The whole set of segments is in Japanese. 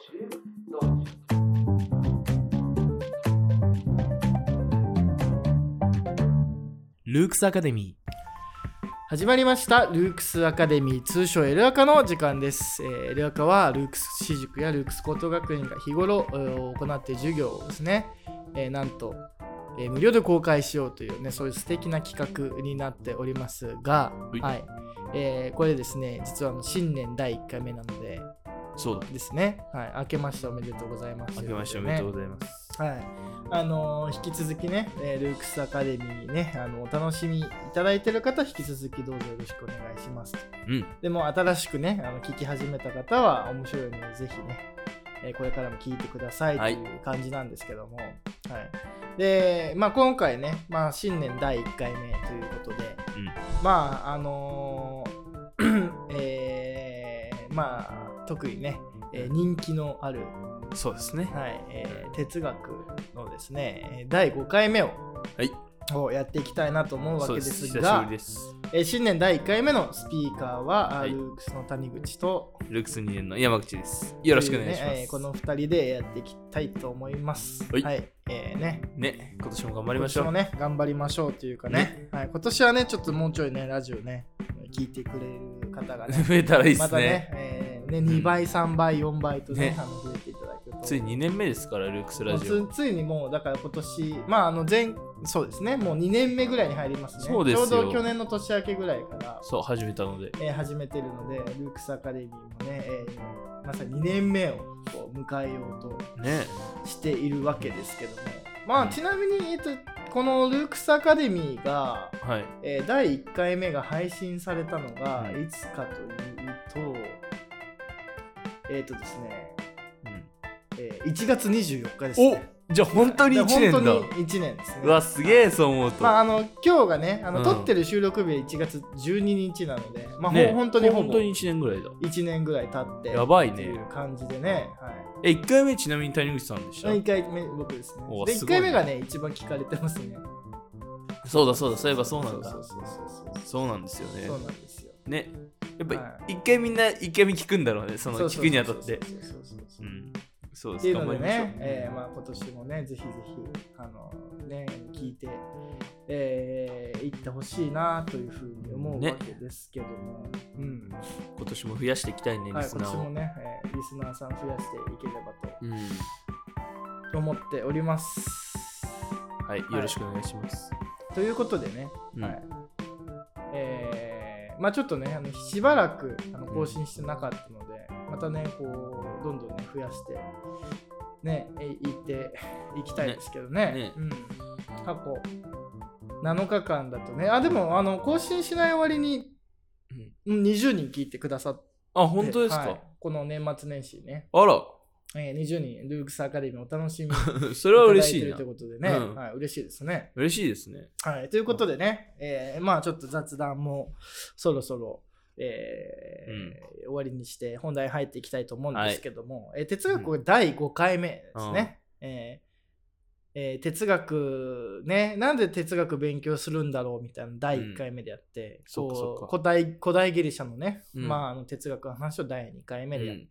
ルークスアカデミー始まりました。ルークスアカデミー、通称エルアカの時間です。エルアカはルークス私塾やルークス高等学園が日頃行っている授業をですね、なんと、無料で公開しようというね、そういう素敵な企画になっておりますが、はい、これですね、実は新年第1回目なので、 そうだですね、はい、明けましておめでとうございます。 明けましておめでとうございます。 はい、引き続きね、ルークスアカデミーね、お楽しみいただいている方、引き続きどうぞよろしくお願いします。でも新しくね、聞き始めた方は面白いので、ぜひね、これからも聞いてくださいという感じなんですけども、はいで、今回ね、新年第1回目ということで、特にね、人気のあるそうですね、 哲学のですね第5回目をやっていきたいなと思うわけですが、新年第1回目のスピーカーは、ルークスの谷口とルークス2年の山口です。よろしくお願いします。 この2人でやっていきたいと思います。 今年も頑張りましょう。 今年もね頑張りましょうというかね、今年はねちょっともうちょいねラジオね聞いてくれる方がね増えたらいいですね。 またね、2倍3倍4倍とね増えていただくと、 つい2年目ですからルークスラジオ。 ついにもうだから今年そうですね、もう2年目ぐらいに入りますね。 そうですよ。 ちょうど去年の年明けぐらいから始めたので、 始めてるので、ルークスアカデミーもね、まさに2年目を迎えようとしているわけですけども、ちなみに、このルークスアカデミーが、第1回目が配信されたのがいつかというと、ですね、1月24日ですね。 じゃあ本当に1年だ。 本当に1年ですね。 うわ、すげえ、そう思うと。 今日がね、撮ってる収録日は1月12日なので、本当にほぼ 1年ぐらいだ。 1年ぐらい経って、 やばいね。 っていう感じでね。 1回目ちなみに谷口さんでした ？1回目僕ですね。で、1回目がね、一番聞かれてますね。 そういえばそうなんだ。そうなんですよね。 そうなんですよ。 ね。やっぱ1回みんな1回目聞くんだろうね、その聞くにあたって。そうです。 っていうのでね、今年もね、ぜひぜひ聞いていってほしいなというふうに思うわけですけども、 今年も増やしていきたいね、リスナーを。 今年もね、リスナーさん増やしていければと思っております。 はい、よろしくお願いします。 ということでね、ちょっとね、しばらく更新してなかったので、またね、どんどんね、増やして、ね、いっていきたいですけどね。過去7日間だとね、でも、更新しない割に、20人聞いてくださって。 本当ですか？ この年末年始ね。 あら。 20人、ルークスアカデミーお楽しみそれは嬉しいな。 ということでね、嬉しいですね。 嬉しいですね。 ということでね、ちょっと雑談もそろそろ、終わりにして本題入っていきたいと思うんですけども、哲学第5回目ですね。哲学ね、なんで哲学勉強するんだろうみたいな第1回目でやって、古代ギリシャのね、哲学の話を第2回目でやって、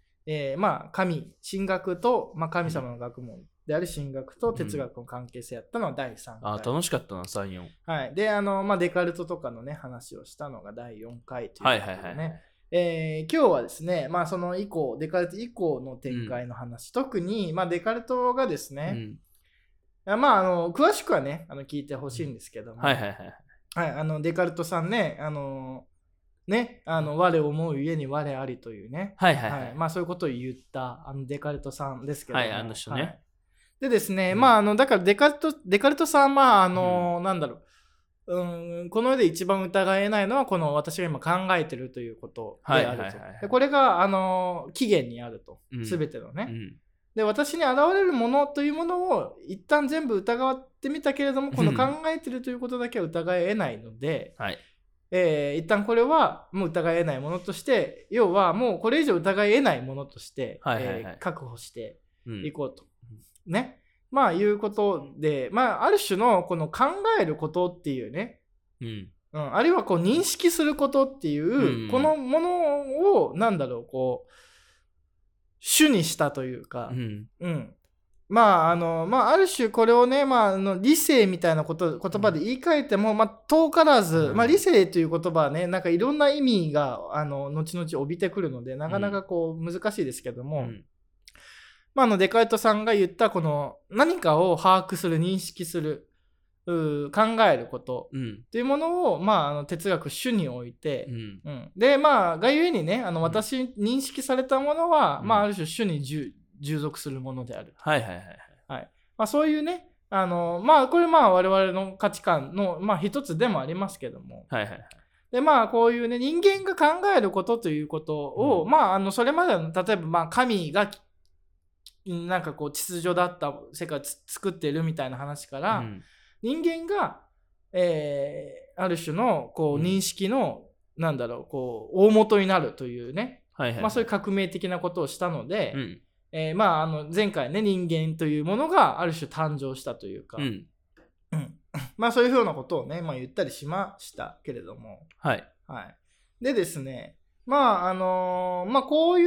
神学と、神様の学問である神学と哲学の関係性やったのは第3回。 楽しかったな、3、4。 はい。で、デカルトとかのね、話をしたのが第4回ということでね。今日はですね、その以降、デカルト以降の展開の話、特に、デカルトがですね、詳しくはね、聞いてほしいんですけども、デカルトさんね、我思うゆえに我ありというね、そういうことを言ったデカルトさんですけども、 人ね。 でですね、だからデカルトさんはなんだろう、この世で一番疑えないのはこの私が今考えてるということであると。でこれが起源にあると、すべてのね。で私に現れるものというものを一旦全部疑ってみたけれども、この考えてるということだけは疑えないので、一旦これはもう疑えないものとして、要はもうこれ以上疑えないものとして、確保していこうと、ね、いうことで、ある種のこの考えることっていうね、あるいはこう認識することっていう、このものをなんだろう、こう主にしたというか、まあある種これをね、理性みたいな言葉で言い換えても、遠からず、理性という言葉はね、なんかいろんな意味が後々帯びてくるので、なかなかこう難しいですけども、デカルトさんが言ったこの何かを把握する、認識する、考えることっていうものを、哲学主において、でがゆえにね、私認識されたものは、ある種主に従属するものである。そういうね、これ我々の価値観の、一つでもありますけども、でこういうね、人間が考えることということを、それまでの例えば神がなんかこう秩序だった世界を作っているみたいな話から、人間が、ある種のこう認識の、こう大元になるというね、そういう革命的なことをしたので、前回ね、人間というものがある種誕生したというか、そういうふうなことをね、言ったりしましたけれども、でですね、こういう、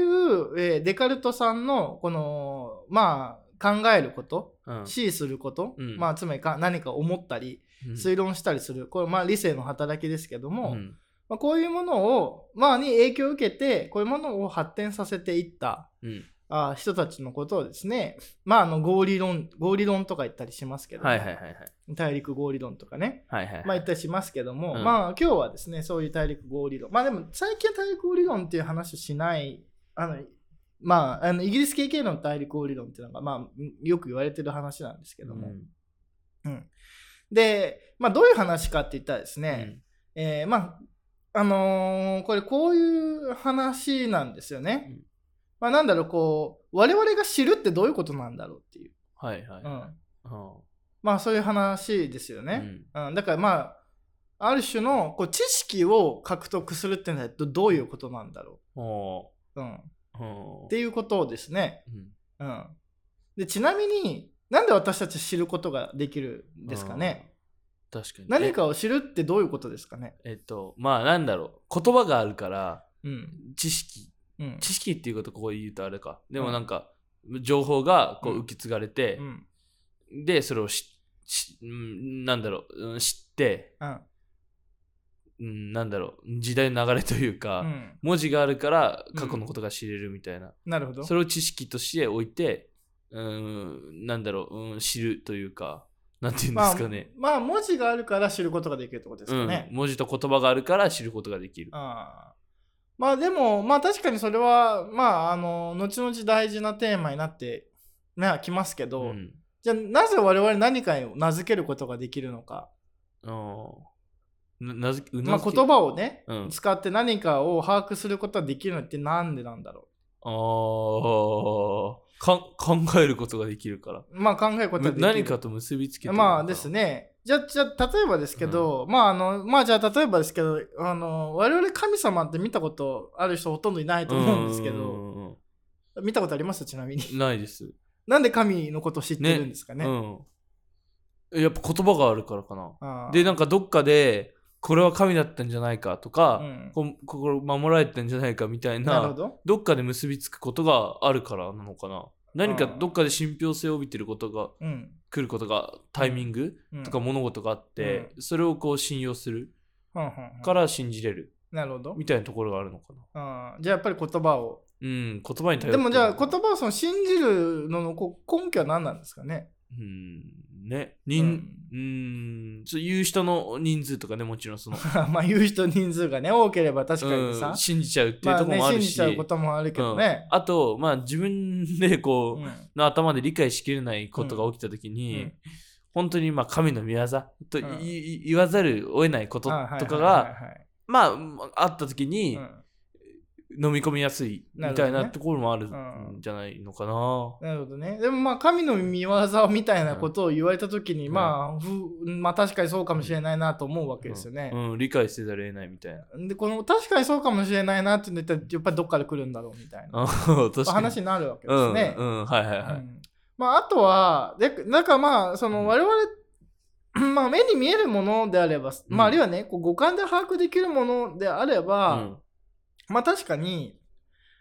デカルトさんのこの考えること、思すること、つまり何か思ったり、推論したりする、これ理性の働きですけども、こういうものをに影響を受けて、こういうものを発展させていった、人たちのことをですね、合理論とか言ったりしますけども、大陸合理論とかね、言ったりしますけども、今日はですね、そういう大陸合理論、でも最近は大陸合理論っていう話をしない、イギリス系系の大陸合理論っていうのが、よく言われてる話なんですけども、で、どういう話かって言ったらですね、これこういう話なんですよね。我々が知るってどういうことなんだろうっていう。そういう話ですよね。だからある種のこう知識を獲得するってのはどういうことなんだろう。っていうことですね。で、ちなみになんで私たち知ることができるんですかね。 確かに。 何かを知るってどういうことですかね。 言葉があるから、知識っていうことここで言うとあれか。でも情報がこう受け継がれて、でそれを知って、時代の流れというか、文字があるから過去のことが知れるみたいな。 なるほど。 それを知識として置いて、知るというか、なんていうんですかね。 文字があるから知ることができるってことですかね。 文字と言葉があるから知ることができる。 でも確かにそれは後々大事なテーマになってきますけど、じゃあなぜ我々何かを名付けることができるのか。言葉をね、使って何かを把握することができるのってなんでなんだろう。考えることができるから。 考えることができる。 何かと結びつけてるですね。じゃあ例えばですけど、じゃあ例えばですけど、我々神様って見たことある人ほとんどいないと思うんですけど、見たことありますちなみに。 ないです。 なんで神のことを知ってるんですかね。 やっぱ言葉があるからかな。でどっかでこれは神だったんじゃないかとか、心守られてんじゃないかみたいな、どっかで結びつくことがあるからなのかな。何かどっかで信憑性を帯びてることが、来ることがタイミングとか物事があって、それをこう信用するから信じれるみたいなところがあるのかな。 じゃあやっぱり言葉を、 言葉に頼って。 でもじゃあ言葉を信じるのの根拠は何なんですかね。 言う人の人数とかね、もちろん言う人人数がね多ければ確かにさ、 信じちゃうっていうところもあるし、 信じちゃうこともあるけどね。 あと自分でこう、の頭で理解しきれないことが起きた時に、本当に神の御業と言わざるを得ないこととかがあった時に飲み込みやすいみたいなところもあるんじゃないのかな。 なるほどね。でも神の御業みたいなことを言われた時に、確かにそうかもしれないなと思うわけですよね。 理解せざるを得ないみたいな。 でこの確かにそうかもしれないなって言ったらやっぱりどっかで来るんだろうみたいな話になるわけですね。あとはだから我々目に見えるものであれば、あるいはね五感で把握できるものであれば、確かに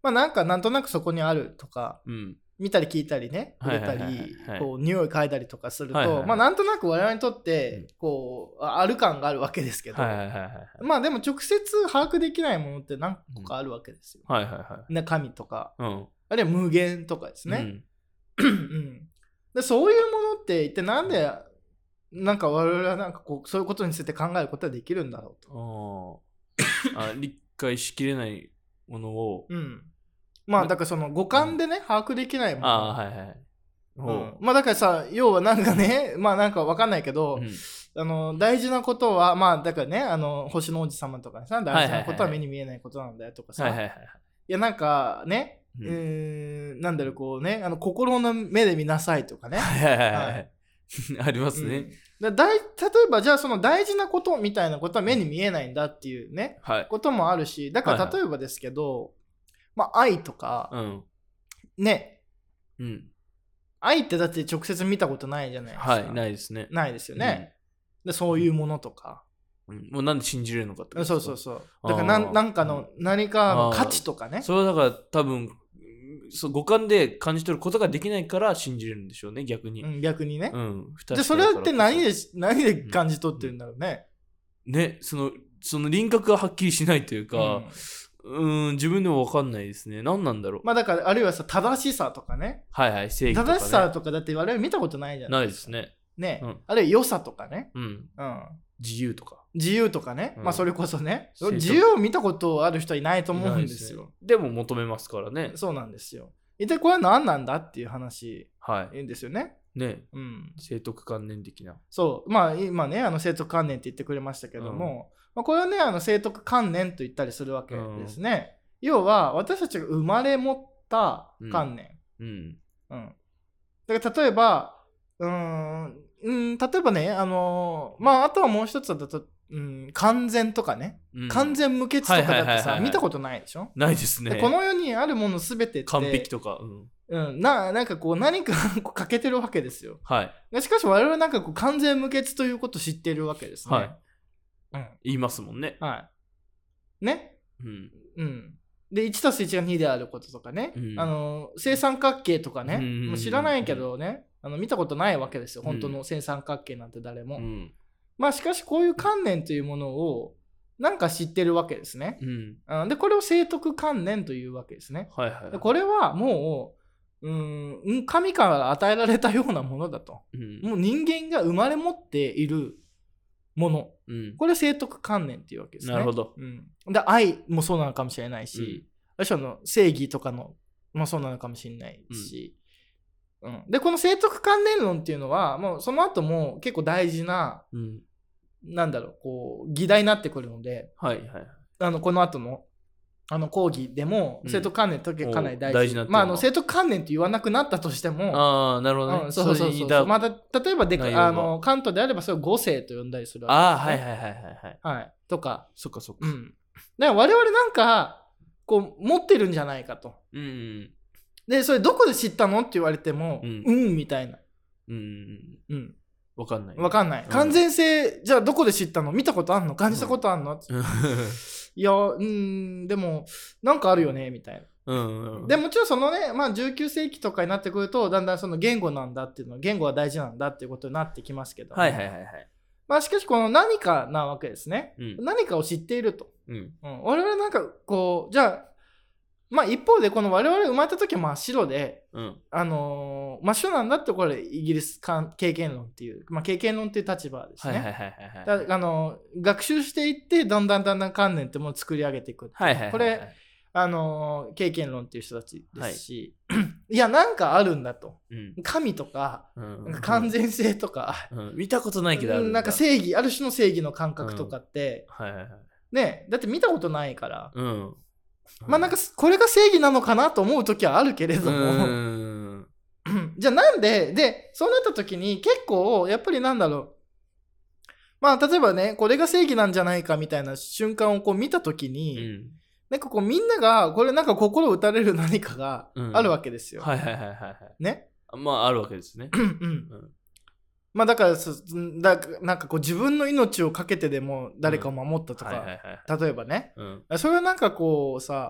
まあなんとなくそこにあるとか、見たり聞いたりね、触れたり、こう匂い嗅いだりとかすると、まあなんとなく我々にとってこうある感があるわけですけど、まあでも直接把握できないものって何個かあるわけですよ。神とか、あるいは無限とかですね。でそういうものって一体なんでなんか我々はなんかこうそういうことについて考えることができるんだろうと。 理解しきれないものを、 まあだからその五感でね、把握できないもの。まあだからさ、要はなんかね、まあなんかわかんないけど、大事なことは、まあだからね、星の王子様とかさ、大事なことは目に見えないことなんだよとかさ、いやなんかね、なんだろうこうね、心の目で見なさいとかね。 ありますね。 例えばじゃあその大事なことみたいなことは目に見えないんだっていうね、こともあるし、だから例えばですけど、まあ愛とか、ね、愛ってだって直接見たことないじゃないですか。 ないですね。 ないですよね。でそういうものとか。 もうなんで信じれるのかってことですか。 そう。だからなんかの何かの価値とかね。 それはだから多分五感で感じ取ることができないから信じれるんでしょうね、逆に。 逆にね。でそれって何で感じ取ってるんだろうね。 ね、その輪郭がはっきりしないというか、自分でも分かんないですね。何なんだろう。 まあだからあるいはさ、正しさとかね。 正義とかね。 正しさとかだって我々見たことないじゃないですか。 ないですね。 あるいは良さとかね。 自由とか。 自由とかね。まあそれこそね。自由を見たことある人はいないと思うんですよ。 でも求めますからね。 そうなんですよ。一体これは何なんだっていう話ですよね。 聖徳観念的な。 そう。まあ今ね、聖徳観念って言ってくれましたけども、これはね、聖徳観念と言ったりするわけですね。要は私たちが生まれ持った観念。だから例えば、例えばね、まああとはもう一つだと、完全とかね、完全無欠とかだってさ見たことないでしょ。 ないですね。 この世にあるものすべてって完璧とか、 なんかこう何か欠けてるわけですよ。しかし我々はなんかこう完全無欠ということを知っているわけですね。 言いますもんね。 ね。で 1+1 が2であることとかね、正三角形とかね、もう知らないけどね、見たことないわけですよ、本当の正三角形なんて誰も。まあしかしこういう観念というものをなんか知ってるわけですね。でこれを聖徳観念というわけですね。でこれはもう神から与えられたようなものだと。もう人間が生まれ持っているもの。これ聖徳観念っていうわけですね。 なるほど。 で愛もそうなのかもしれないし、正義とかのもそうなのかもしれないし。でこの聖徳観念論っていうのはもうその後も結構大事な、なんだろうこう議題になってくるので、この後の講義でも聖徳観念ってかなり大事。まあ聖徳観念って言わなくなったとしても、 なるほどね。 そう。まあ例えば関東であればそれを五聖と呼んだりするわけですね。とか。 そっか。 だから我々なんかこう持ってるんじゃないかと。でそれどこで知ったのって言われてもみたいな。 わかんない。 完全性じゃあどこで知ったの？見たことあんの？感じたことあんの？いやでもなんかあるよねみたいな。でもちろんそのね、まあ、19世紀とかになってくるとだんだんその言語なんだっていうの言語は大事なんだっていうことになってきますけど、まあしかしこの何かなわけですね。何かを知っていると。我々なんかこうじゃあまあ一方でこの我々生まれた時は真っ白で、真っ白なんだってこれイギリス経験論っていう、まあ、経験論っていう立場ですね。学習していってだんだん観念ってものを作り上げていく。これ経験論っていう人たちですし、いやなんかあるんだと、神とか、完全性とか、 見たことないけどあるんだ、 なんか正義ある種の正義の感覚とかって、ねだって見たことないから。まあなんかこれが正義なのかなと思う時はあるけれどもじゃあなんでそうなった時に結構やっぱりなんだろうまあ例えばねこれが正義なんじゃないかみたいな瞬間をこう見た時に、なんかこうみんながこれなんか心打たれる何かがあるわけですよ。ね。 まああるわけですね。 まあだからなんかこう自分の命をかけてでも誰かを守ったとか、例えばね、それはなんかこうさ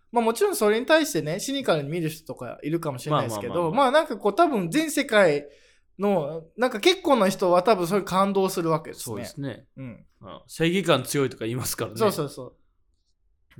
まあもちろんそれに対してね、シニカルに見る人とかいるかもしれないですけど、まあなんかこう多分全世界の、なんか結構な人は多分それ感動するわけですね。そうですね。うん。正義感強いとか言いますからね。 そうそうそう。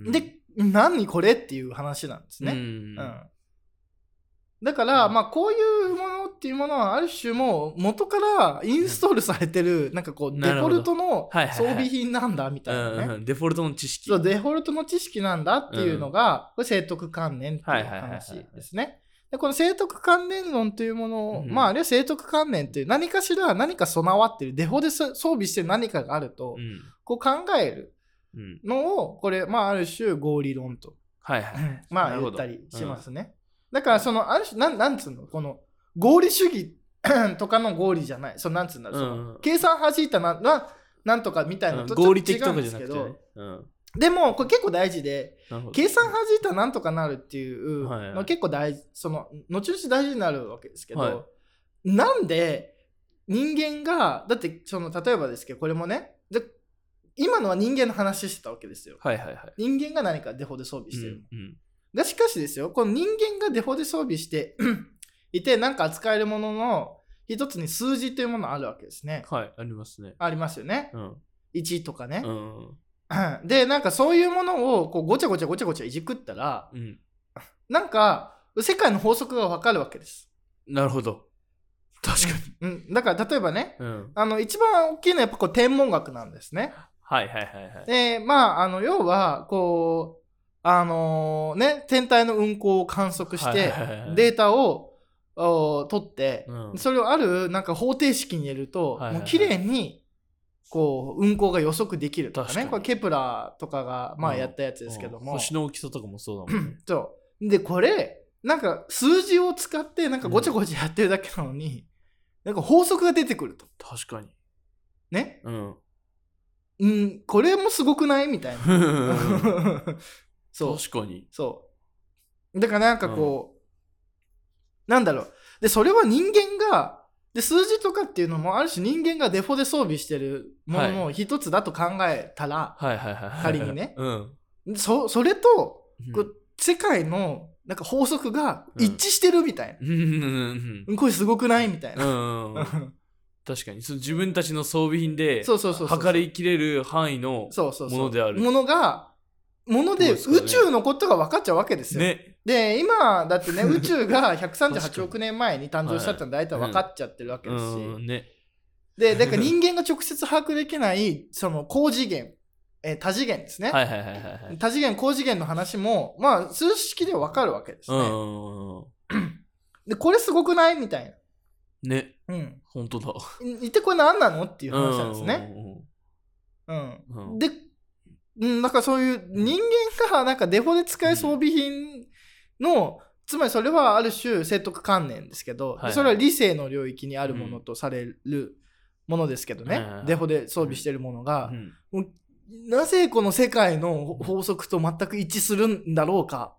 うん、で、何これっていう話なんですね。うん。だから、まあこういうものっていうものはある種もう元からインストールされてる、なんかこうデフォルトの装備品なんだみたいなね。 デフォルトの知識。 そう、デフォルトの知識なんだっていうのが、これ聖徳観念っていう話ですね。でこの聖徳観念論というものを、まああるいは聖徳観念っていう何かしら何か備わってる、デフォで装備してる何かがあると、こう考えるのを、これ、まあある種合理論と、まあ言ったりしますね。だからそのある種なんつうのこの合理主義とかの合理じゃない、そのなんつうんだろう、その計算弾いたなんとかみたいなのとちょっと違うんですけど、でもこれ結構大事で、計算弾いたなんとかなるっていうの結構大事、その後々大事になるわけですけど、なんで人間がだってその例えばですけど、これもね、今のは人間の話してたわけですよ。人間が何かデフォで装備してる。がしかしですよ、この人間がデフォで装備していて何か扱えるものの一つに数字というものがあるわけですね。 はい、ありますね。 ありますよね。1とかね。で、なんかそういうものをこうごちゃごちゃいじくったら、なんか世界の法則がわかるわけです。 なるほど。確かに。だから例えばね、一番大きいのはやっぱこう天文学なんですね。で、まあ、要は、こう、天体の運行を観測して、データを取って、それをあるなんか方程式に入れると、もう綺麗にこう運行が予測できるとかね。これケプラーとかがまあやったやつですけども、 星の大きさとかもそうだもんね。 そうでこれなんか数字を使ってなんかごちゃごちゃやってるだけなのに、なんか法則が出てくると。 確かにね。これもすごくないみたいな。 そう確かに。 そうだからなんかこう、なんだろう、でそれは人間がで数字とかっていうのもある種人間がデフォで装備してるものの一つだと考えたら、仮にね、それと、世界のなんか法則が一致してるみたいな、これすごくないみたいな。 確かに自分たちの装備品で測りきれる範囲のものであるもので宇宙のことが分かっちゃうわけですよ。で今だってね宇宙が138億年前に誕生したってのは大体分かっちゃってるわけですし、でだから人間が直接把握できないその高次元、多次元ですね。多次元高次元の話もまあ数式では分かるわけですね。でこれすごくないみたいな。 ね。本当だ。 一体これ何なのっていう話なんですね。でだからそういう人間がなんかデフォで使え装備品の、つまりそれはある種聖徳観念ですけど、それは理性の領域にあるものとされるものですけどね、デフォで装備しているものが、なぜこの世界の法則と全く一致するんだろうか、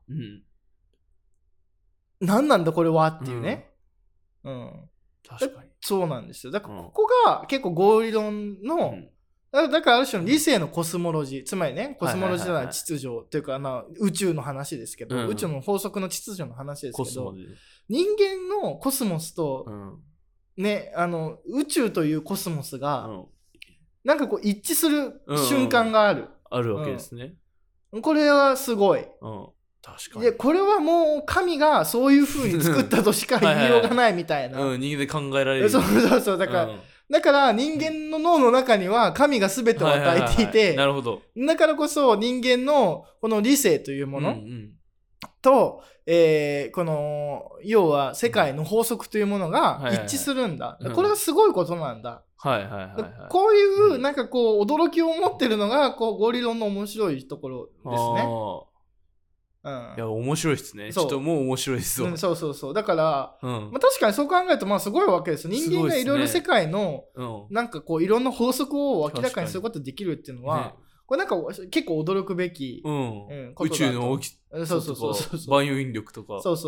何なんだこれはっていうね、 確かにそうなんですよ。だからここが結構合理論の、だからある種の理性のコスモロジー、つまりねコスモロジーじゃない秩序というか宇宙の話ですけど、宇宙の法則の秩序の話ですけど、人間のコスモスと、ね宇宙というコスモスが、なんかこう一致する瞬間がある、 あるわけですね。 これはすごい。 確かに。 でこれはもう神がそういう風に作ったとしか言いようがないみたいな。 人間で考えられる。 そうだから人間の脳の中には神が全てを与えていて、 なるほど。 だからこそ人間のこの理性というものと、この要は世界の法則というものが一致するんだ。これがすごいことなんだ。こういうなんかこう驚きを持ってるのがこう合理論の面白いところですね。 いや面白いですね。ちょっともう面白いですわ。 そうだから、まあ、確かにそう考えるとまあすごいわけです。人間がいろいろ世界のなんかこういろんな法則を明らかにすることができるっていうのは、これなんか結構驚くべきことだと。宇宙の大きさとか万有引力とか。 そう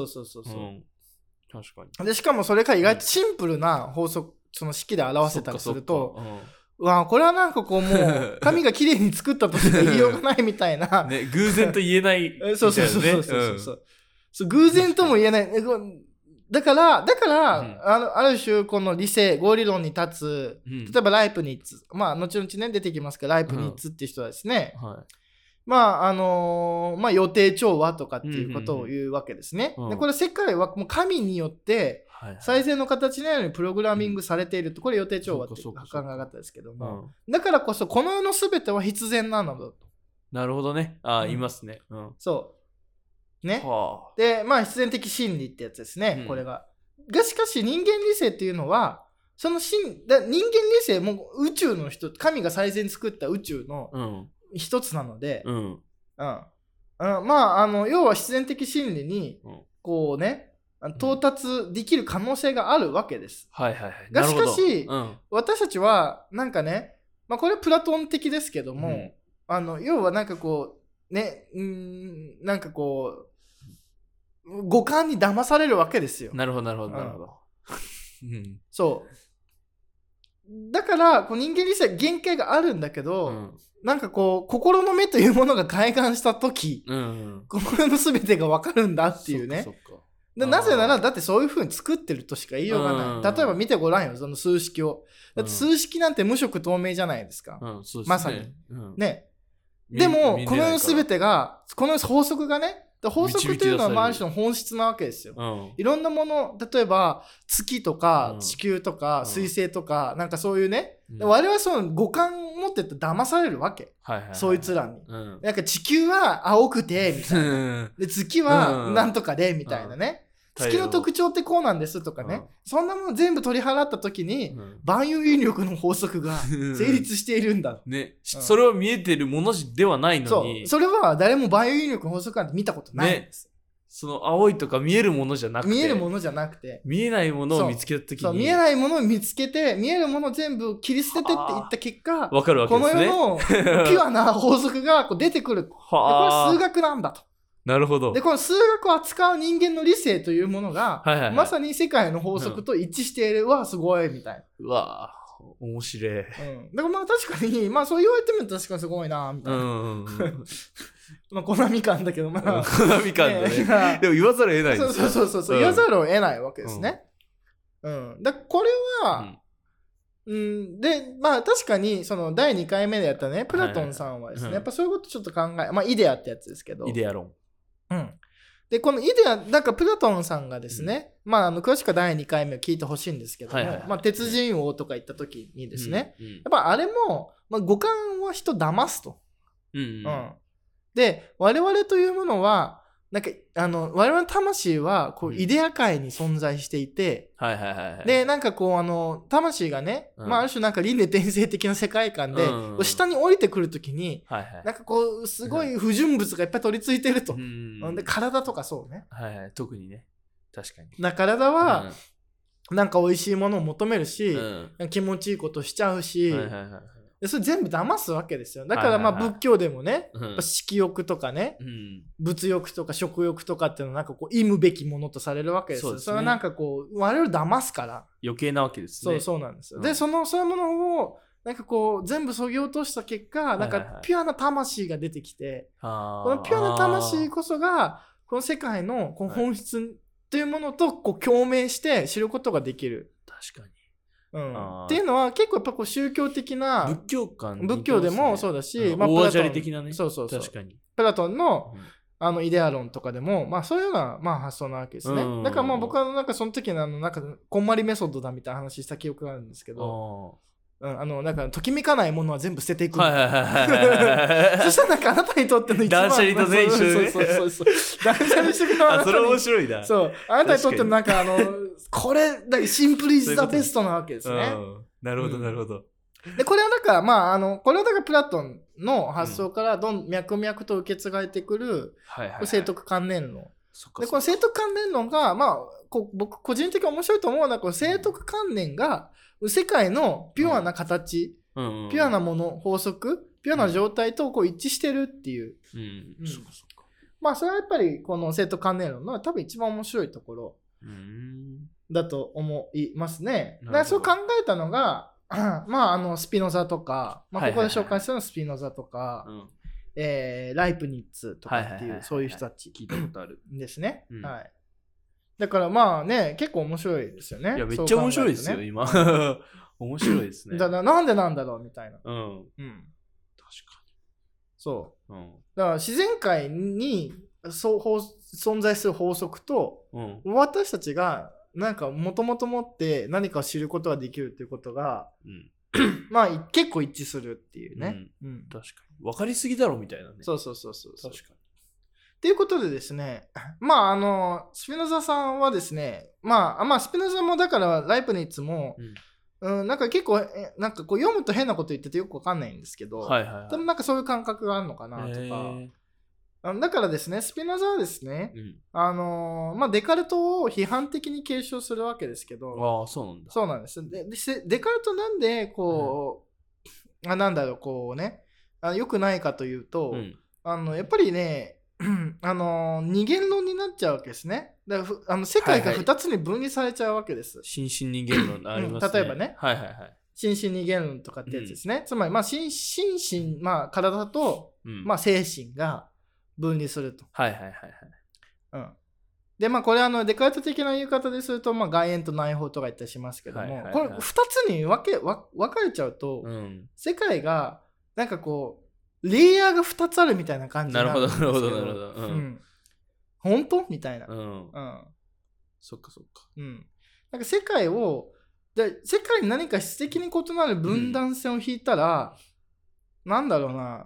確かに。 でしかもそれが意外とシンプルな法則、その式で表せたりすると、 これはなんかこうもう神が綺麗に作ったとしか言いようがないみたいなね、偶然と言えないみたいなね。 そう、偶然とも言えない。だから、ある種この理性合理論に立つ、例えばライプニッツ、まあ後々ね出てきますけど、ライプニッツっていう人はですね、まあ予定調和とかっていうことを言うわけですね。でこれ世界はもう神によって最善の形のようにプログラミングされていると、これ予定調和っていう考え方ですけども、だからこそこの世の全ては必然なのだと。 なるほどね。言いますね。 そうね。でまあ必然的真理ってやつですね、これが。しかし人間理性っていうのはその人間理性も宇宙の人、神が最善に作った宇宙の一つなので、まあ要は必然的真理にこうね、到達できる可能性があるわけです。がしかし、私たちはなんかね、まあこれはプラトン的ですけども、要はなんかこうね、なんかこう五感に騙されるわけですよ。 なるほど。 そうだからこう人間理性は限界があるんだけど、なんかこう心の目というものが開眼した時、この世の全てが分かるんだっていうね。でなぜならだってそういう風に作ってるとしか言いようがない。例えば見てごらんよ、その数式を。だって数式なんて無色透明じゃないですか。まさに。ね。でもこの世の全てが、この法則がね、法則というのはある種の本質なわけですよ。いろんなもの、例えば月とか地球とか水星とか、なんかそういうね、我々はその五感を持ってて騙されるわけ。そいつらに。なんか地球は青くて、みたいな。で月はなんとかで、みたいなね。月の特徴ってこうなんですとかね、そんなもの全部取り払った時に、万有引力の法則が成立しているんだ。 ね、それは見えてるものではないのに。 それは誰も万有引力の法則なんて見たことないんです。 その青いとか見えるものじゃなくて。 見えるものじゃなくて。 見えないものを見つけた時に。 見えないものを見つけて、見えるものを全部切り捨ててっていった結果、 わかるわけですね。 この世のピュアな法則がこう出てくる。これは数学なんだと。 なるほど。 で、この数学を扱う人間の理性というものが、まさに世界の法則と一致している。わ、すごい、みたいな。 うわ面白い。 だからまあ確かに、まあそう言われてみると確かにすごいな、みたいな。まあコナミ感だけど、まあ。 コナミ感だね。でも言わざるを得ないですよ。そう、言わざるを得ないわけですね。だこれは、で、まあ確かに、その第2回目でやったね、プラトンさんはですね、やっぱそういうことちょっと考え、まあイデアってやつですけど。 イデア論。 で、このイデア、なんかプラトンさんがですね、まあ詳しくは第2回目を聞いてほしいんですけども、まあ鉄人王とか言った時にですね、やっぱあれも、まあ五感は人騙すと。で、我々というものは、なんか我々の魂はこうイデア界に存在していて、でなんかこう魂がね、まあある種なんか輪廻転生的な世界観で、下に降りてくるときに、なんかこうすごい不純物がいっぱい取り付いてると、で体とかそうね、 特にね、確かに。 体はなんか美味しいものを求めるし、気持ちいいことしちゃうし。でそれ全部騙すわけですよ。だからまあ仏教でもね、色欲とかね、物欲とか食欲とかっていうのはなんかこう忌むべきものとされるわけですよ。それはなんかこう我々を騙すから余計なわけですね。 そうなんですよ。でそういうものをなんかこう全部削ぎ落とした結果、なんかピュアな魂が出てきて、このピュアな魂こそがこの世界のこの本質というものとこう共鳴して知ることができる。 確かに。 っていうのは結構やっぱこう宗教的な仏教でもそうだし、 まあ大砂利的なね。 そう確かに。 プラトンのイデア論とかでもまあそういうようなまあ発想なわけですね。だからまあ僕はなんかその時のなんかこんまりメソッドだみたいな話した記憶があるんですけど。なんかときめかないものは全部捨てていく。そしたらなんかあなたにとっての一番断捨離と全一緒でね。 そう断捨離してくれ。 それ面白いな。 そうあなたにとってのなんかこれだけシンプルイズザベストなわけですね。 なるほどなるほど。 でこれはだからまあこれはだからプラトンの発想から脈々と受け継がれてくる聖徳観念論。でこの聖徳観念論がまあ僕個人的に面白いと思うのはこの聖徳観念が世界のピュアな形、ピュアなもの、法則、ピュアな状態とこう一致してるっていう。まあそれはやっぱりこの聖徳観念論の多分一番面白いところだと思いますね。だからそう考えたのがスピノザとか、ここで紹介するのはスピノザとか、ライプニッツとかっていう、そういう人たち聞いたことあるですね。はい。だから結構面白いですよね。 いや、めっちゃ面白いですよ、今。面白いですね。 なんでなんだろうみたいな。 確かに。 そう。だから自然界に存在する法則と、私たちがなんかもともと持って何かを知ることができるっていうことが、結構一致するっていうね。 確かに。分かりすぎだろみたいなね。 そう。 確かに。 っていうことでですね、スピノザさんはですね、スピノザもだからライプニッツも、なんか結構なんかこう読むと変なこと言っててよくわかんないんですけど、でもなんかそういう感覚があるのかなとか、だからですね、スピノザはですね、デカルトを批判的に継承するわけですけど、そうなんです。でデカルトなんでこう、良くないかというと、やっぱりね、二元論になっちゃうわけですね。だから世界が2つに分離されちゃうわけです。 心身二元論ありますね。 例えばね、心身二元論とかってやつですね。つまり、心身、体と、精神が分離すると。で、これデカルト的な言い方ですると、外縁と内包とか言ったりしますけども、これ2つに分かれちゃうと、世界がなんかこうレイヤーが2つあるみたいな感じになるんですけど。なるほど。本当みたいな。 そっか。 なんか世界に何か質的に異なる分断線を引いたら、なんだろうな。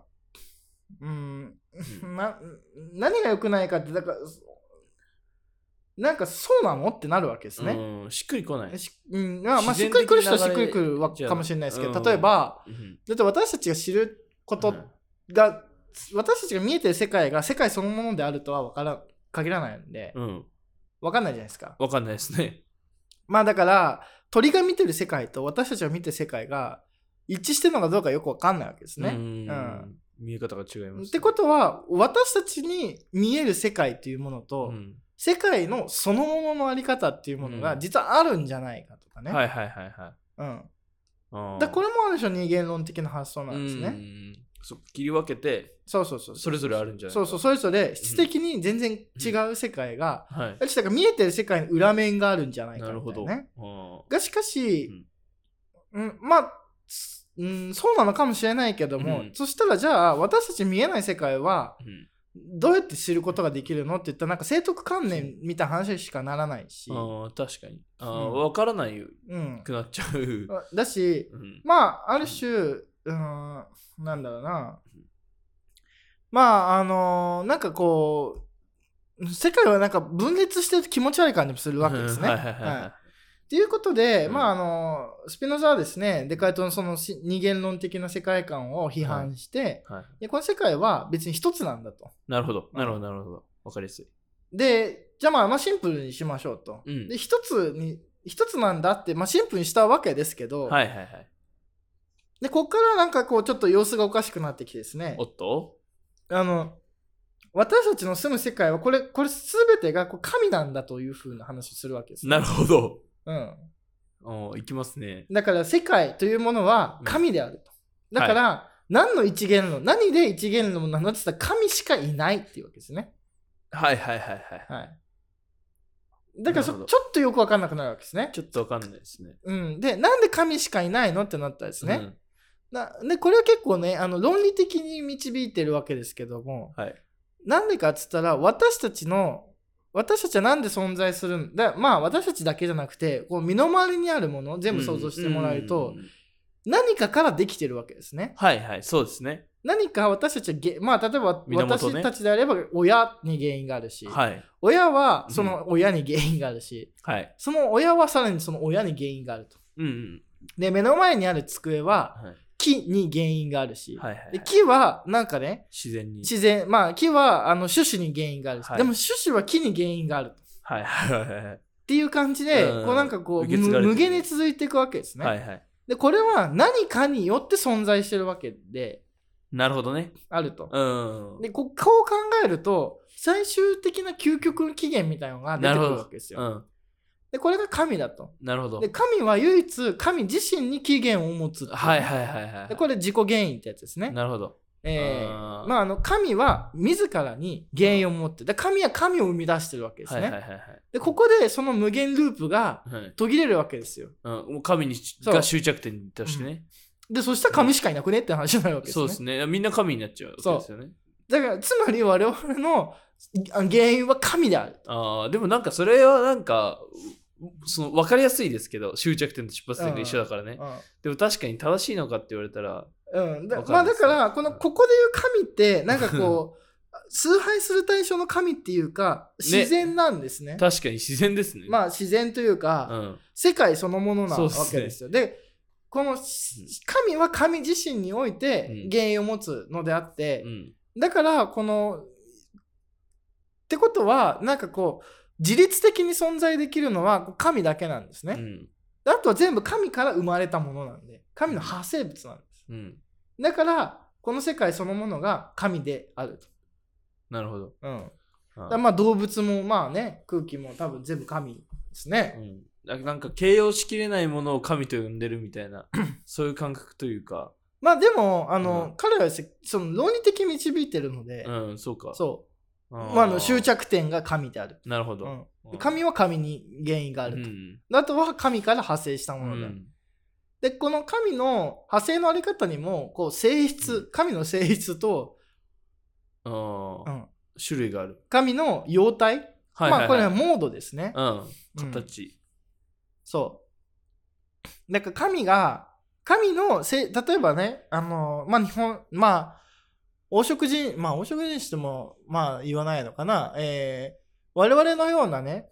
何が良くないかって、だから、なんかそうなのってなるわけですね。 しっくりこない。 しっくりくる人はしっくりくるかもしれないですけど、例えば、だって私たちが知ることが、私たちが見えてる世界が世界そのものであるとは限らないんで、分かんないじゃないですか。 分かんないですね。 だから鳥が見てる世界と私たちが見てる世界が一致してるのかどうかよく分かんないわけですね。 見え方が違います、 ってことは私たちに見える世界というものと、世界のそのもののあり方っていうものが実はあるんじゃないかとかね。だこれもある種二元論的な発想なんですね。 切り分けてそれぞれあるんじゃないか。 それぞれ質的に全然違う世界が、だから見えてる世界に裏面があるんじゃないかみたいなね。がしかし、そうなのかもしれないけども、そしたらじゃあ私たち見えない世界はどうやって知ることができるのって言ったらなんか生徳観念みたいな話しかならないし、 確かに分からないくなっちゃう、 だし、ある種なんだろうな、なんかこう世界はなんか分裂してると気持ち悪い感じもするわけですね。ということで、スピノザはですね、デカルトのその二元論的な世界観を批判して、この世界は別に一つなんだと。 なるほど。わかりやすい。 で、じゃあシンプルにしましょうと。で、一つなんだって、シンプルにしたわけですけど、で、こっからなんかこうちょっと様子がおかしくなってきてですね。 おっと？ 私たちの住む世界はこれ全てがこう神なんだという風な話をするわけです、 ね。なるほど。 いきますね。 だから世界というものは神であると。だから、何の一元論、何で一元論なのって言ったら神しかいないっていうわけですね。だからちょっとよく分かんなくなるわけですね。 ちょっと分かんないですね。 で、なんで神しかいないのってなったらですね。で、これは結構ね、論理的に導いてるわけですけども、なんでかって言ったら、私たちはなんで存在するんだ。私たちだけじゃなくて、こう身の回りにあるもの全部想像してもらえると、何かからできてるわけですね。 そうですね。 何か私たちは例えば私たちであれば親に原因があるし、親はその親に原因があるし、その親はさらにその親に原因があると。で、目の前にある机は、木に原因があるし、で木はなんかね、 自然、 木は種子に原因があるし、でも種子は木に原因があると。っていう感じで、こうなんかこう無限に続いていくわけですね。で、これは何かによって存在してるわけで、 なるほどね。 あると。で、こう考えると、最終的な究極の起源みたいなのが出てくるわけですよ。 でこれが神だと。 なるほど。 で神は唯一神自身に起源を持つっていう、 はいはいはいはい。 でこれ自己原因ってやつですね。 なるほど。 神は自らに原因を持って、で神は神を生み出してるわけですね。 はいはいはいはい、 でここでその無限ループが途切れるわけですよ。 もう神が終着点としてね。 でそしたら神しかいなくねって話になるわけですね。 そうですね。みんな神になっちゃうわけですよね。 だからつまり我々の原因は神である。 でもなんかそれはなんかその分かりやすいですけど、終着点と出発点が一緒だからね。でも確かに正しいのかって言われたら、 だからここでいう神ってなんかこう崇拝する対象の神っていうか自然なんですね。 確かに自然ですね。 自然というか、世界そのものなわけですよ。でこの神は神自身において原因を持つのであって、だからってことはなんかこう自律的に存在できるのは神だけなんですね。あとは全部神から生まれたものなんで、神の派生物なんです。だからこの世界そのものが神であると。 なるほど。 動物も空気も多分全部神ですね。 なんか形容しきれないものを神と呼んでるみたいなそういう感覚というか。 でも彼はその論理的に導いてるので、 そうか。 そう。終着点が神である。 なるほど。 神は神に原因があると。あとは神から派生したものである。でこの神の派生のあり方にもこう性質、神の性質と、 種類がある。 神の様態、これはモードですね。 形。 そうだから神の例えばね日本黄色人種とも言わないのかな、我々のようなね、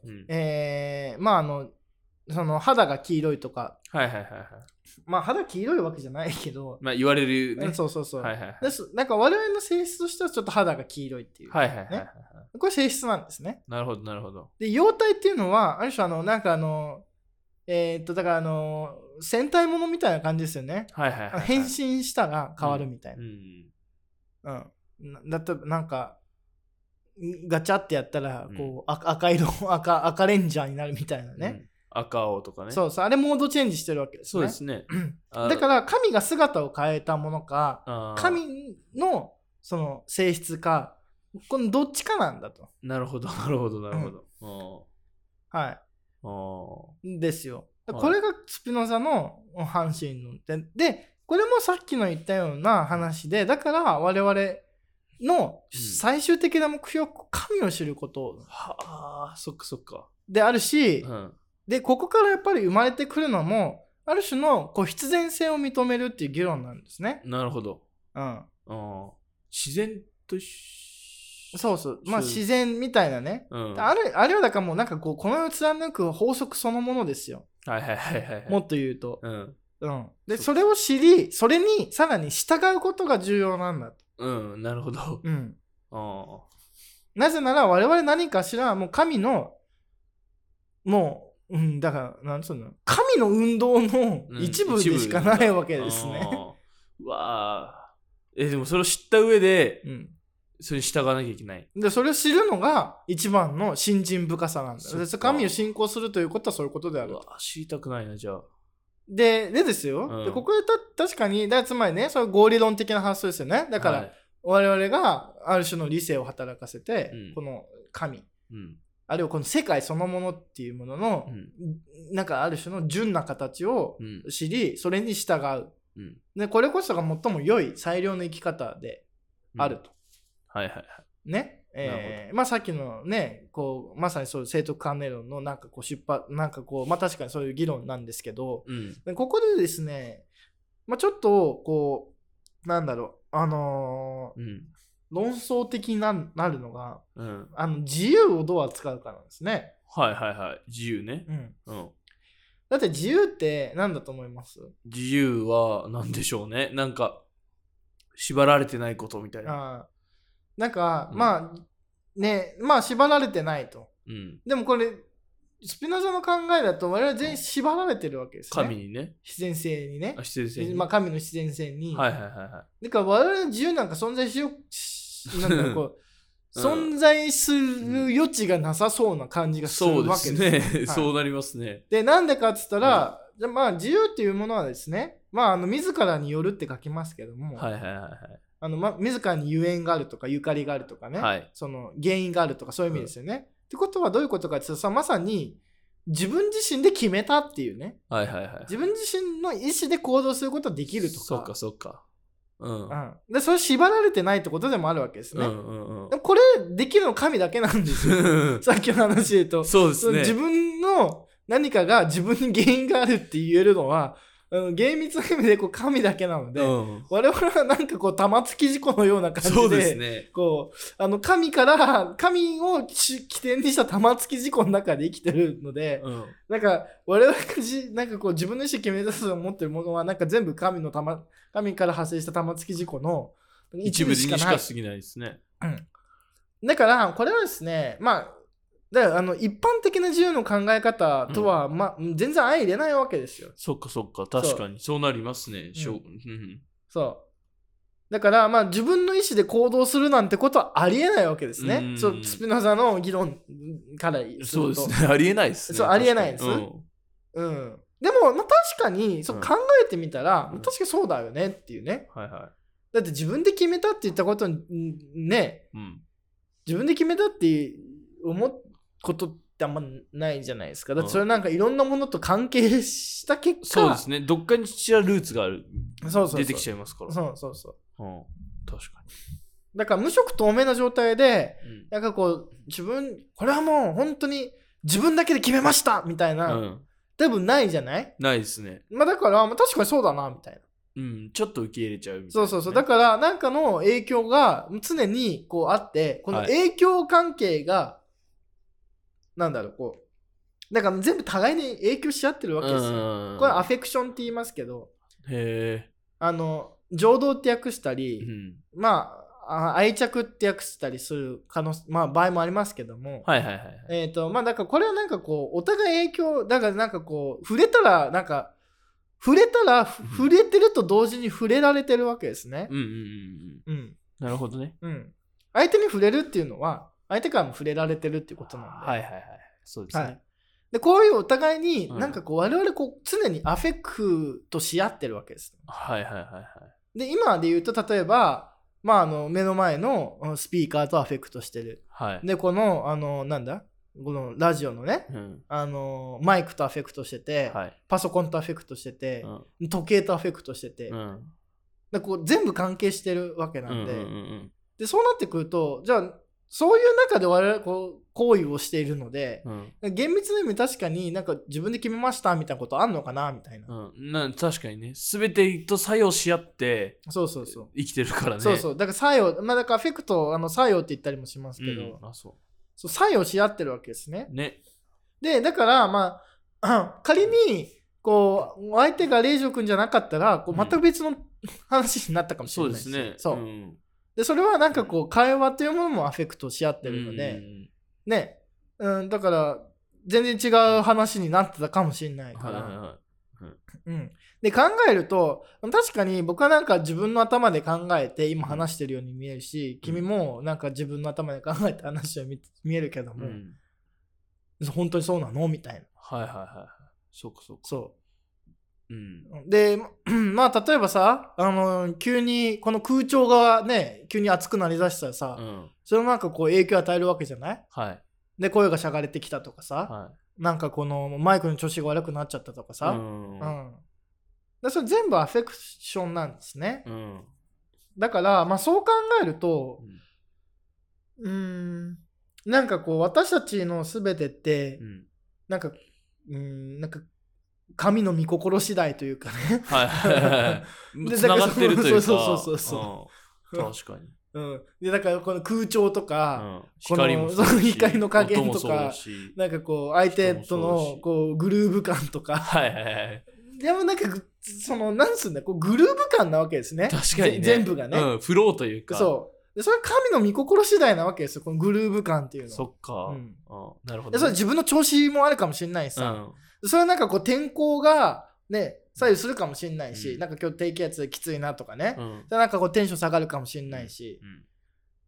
その肌が黄色いとか、肌黄色いわけじゃないけど、 言われるね。 そう。なんか我々の性質としてはちょっと肌が黄色いっていう、ね。これ性質なんですね。 なるほどなるほど。 で様態っていうのはある種なんかだから戦隊ものみたいな感じですよね。変身したら変わるみたいな。だってなんかガチャってやったらこう、赤レンジャーになるみたいなね。 赤青とかね。 そうあれモードチェンジしてるわけですね。 そうですね。 だから神が姿を変えたものか、神のその性質か、このどっちかなんだと。 なるほど。 ですよ。これがスピノザの半身論で、これもさっきの言ったような話で、だから我々の最終的な目標、神を知ることそっかであるし、でここからやっぱり生まれてくるのもある種の必然性を認めるっていう議論なんですね。 なるほど。自然とそう自然みたいなね、あれはだからもうなんかこの世を貫く法則そのものですよ。もっと言うと、でそれを知り、それにさらに従うことが重要なんだと。 なるほど。 なぜなら我々何かしらもう神のもう、だからなんつうの、神の運動の一部でしかないわけですね。 でもそれを知った上で、それに従わなきゃいけない。 でそれを知るのが一番の信心深さなんだ。で神を信仰するということはそういうことである。 知りたくないな、じゃあ。 でですよ。でここで確かにつまりね、それ合理論的な発想ですよね。だから、我々がある種の理性を働かせて、この神、あるいはこの世界そのものっていうものの、なんかある種の純な形を知り、それに従う。でこれこそが最も良い最良の生き方であると。ね。さっきのね、まさにそういう聖徳観念論のなんか確かにそういう議論なんですけど、でここでですね、ちょっとなんだろう、論争的になるのが、自由をどう扱うかなんですね。 自由ね。 だって自由って何だと思います？ 自由は何でしょうね。なんか縛られてないことみたいな。 なんか、縛られてないと。でもこれスピノザの考えだと我々全員縛られてるわけですね。 神にね。 自然性にね。神の自然性に。 だから我々の自由なんか存在しようなんだろう存在する余地がなさそうな感じがするわけです。 そうですね。そうなりますね。 で、なんでかっつったら、じゃまあ自由っていうものはですね、まあ自らによるって書きますけども、自らにゆえんがあるとかゆかりがあるとかね、その原因があるとかそういう意味ですよね。ってことはどういうことかって言ったらまさに自分自身で決めたっていうね、自分自身の意思で行動することができるとか、 そうか。 でそれ縛られてないってことでもあるわけですね。これできるの神だけなんですよ。さっきの話で言うと、 そうですね。 自分の何かが自分に原因があるって言えるのは厳密な意味でこう神だけなので、我々はなんかこう玉突き事故のような感じで、 そうですね、 こう神を起点にした玉突き事故の中で生きてるので、なんか我々がなんかこう自分の意思決め出すと思ってるものはなんか全部神から派生した玉突き事故の一部にしか過ぎないですね。 だからこれはですね、まあ一般的な自由の考え方とは、全然相入れないわけですよ。 そっか確かにそうなりますね。 だから自分の意思で行動するなんてことはありえないわけですね。スピノザの議論からするとそうですね、ありえないですね。 そうありえないです。でも確かにそう考えてみたら、確かにそうだよねっていうね。だって自分で決めたって言ったことにね、自分で決めたって思っことってあんまないじゃないですか。だってそれなんかいろんなものと関係した結果、 そうですね、どっかにちらルーツがある、出てきちゃいますから。 確かにだから無色透明な状態で、なんかこうこれはもう本当に自分だけで決めましたみたいな、多分ないじゃない？ ないですね。 だから確かにそうだなみたいな。 ちょっと受け入れちゃうみたいな、 そうだからなんかの影響が常にこうあって、この影響関係がなんだろう、こうだから全部互いに影響し合ってるわけですよ。これアフェクションって言いますけど、情動って訳したり、愛着って訳したりする場合もありますけども、だからこれはなんかこうお互い影響だからなんかこう触れたら触れてると同時に触れられてるわけですね。 なるほどね。 相手に触れるっていうのは相手からも触れられてるっていうことなんで。 そうですね。 でこういうお互いになんかこう我々こう常にアフェクトし合ってるわけです。で今で言うと例えば目の前のスピーカーとアフェクトしてる。でこのこのラジオのね、マイクとアフェクトしてて、パソコンとアフェクトしてて、時計とアフェクトしてて、でこう全部関係してるわけなんで、でそうなってくるとじゃあそういう中で我々こう行為をしているので、厳密な意味確かになんか自分で決めましたみたいなことあんのかなみたいな。 確かにね、全てと作用し合って生きてるからね。 だから作用、だからアフェクト作用って言ったりもしますけど、作用し合ってるわけですね。でだから仮にこう相手がレイジョ君じゃなかったらこう全く別の話になったかもしれないです。そうですね。でそれはなんかこう会話というものもアフェクトし合ってるので、だから全然違う話になってたかもしれないから、で考えると確かに僕はなんか自分の頭で考えて今話してるように見えるし、君もなんか自分の頭で考えて話を見えるけども、本当にそうなのみたいな。そうで例えばさ急にこの空調がね急に熱くなりだしたらさ、それもなんかこう影響を与えるわけじゃない？で声がしゃがれてきたとかさ、なんかこのマイクの調子が悪くなっちゃったとかさ、でそれ全部アフェクションなんですね。だからそう考えるとなんかこう私たちの全てって、なんか神の御心次第というかね。 つながってるというか。 確かに。でだからこの空調とか、 光の加減とか、なんかこう相手とのこうグルーヴ感とか。でもなんかなんつうんだこうグルーヴ感なわけですね。 確かにね。 全部がね。 フローというか。 でそれは神の御心次第なわけですよ、このグルーヴ感っていうのは。 そっか。なるほど。 でそれ自分の調子もあるかもしれないしさ。それはなんかこう天候がね左右するかもしれないし、なんか今日低気圧きついなとかね、なんかこうテンション下がるかもしれないし、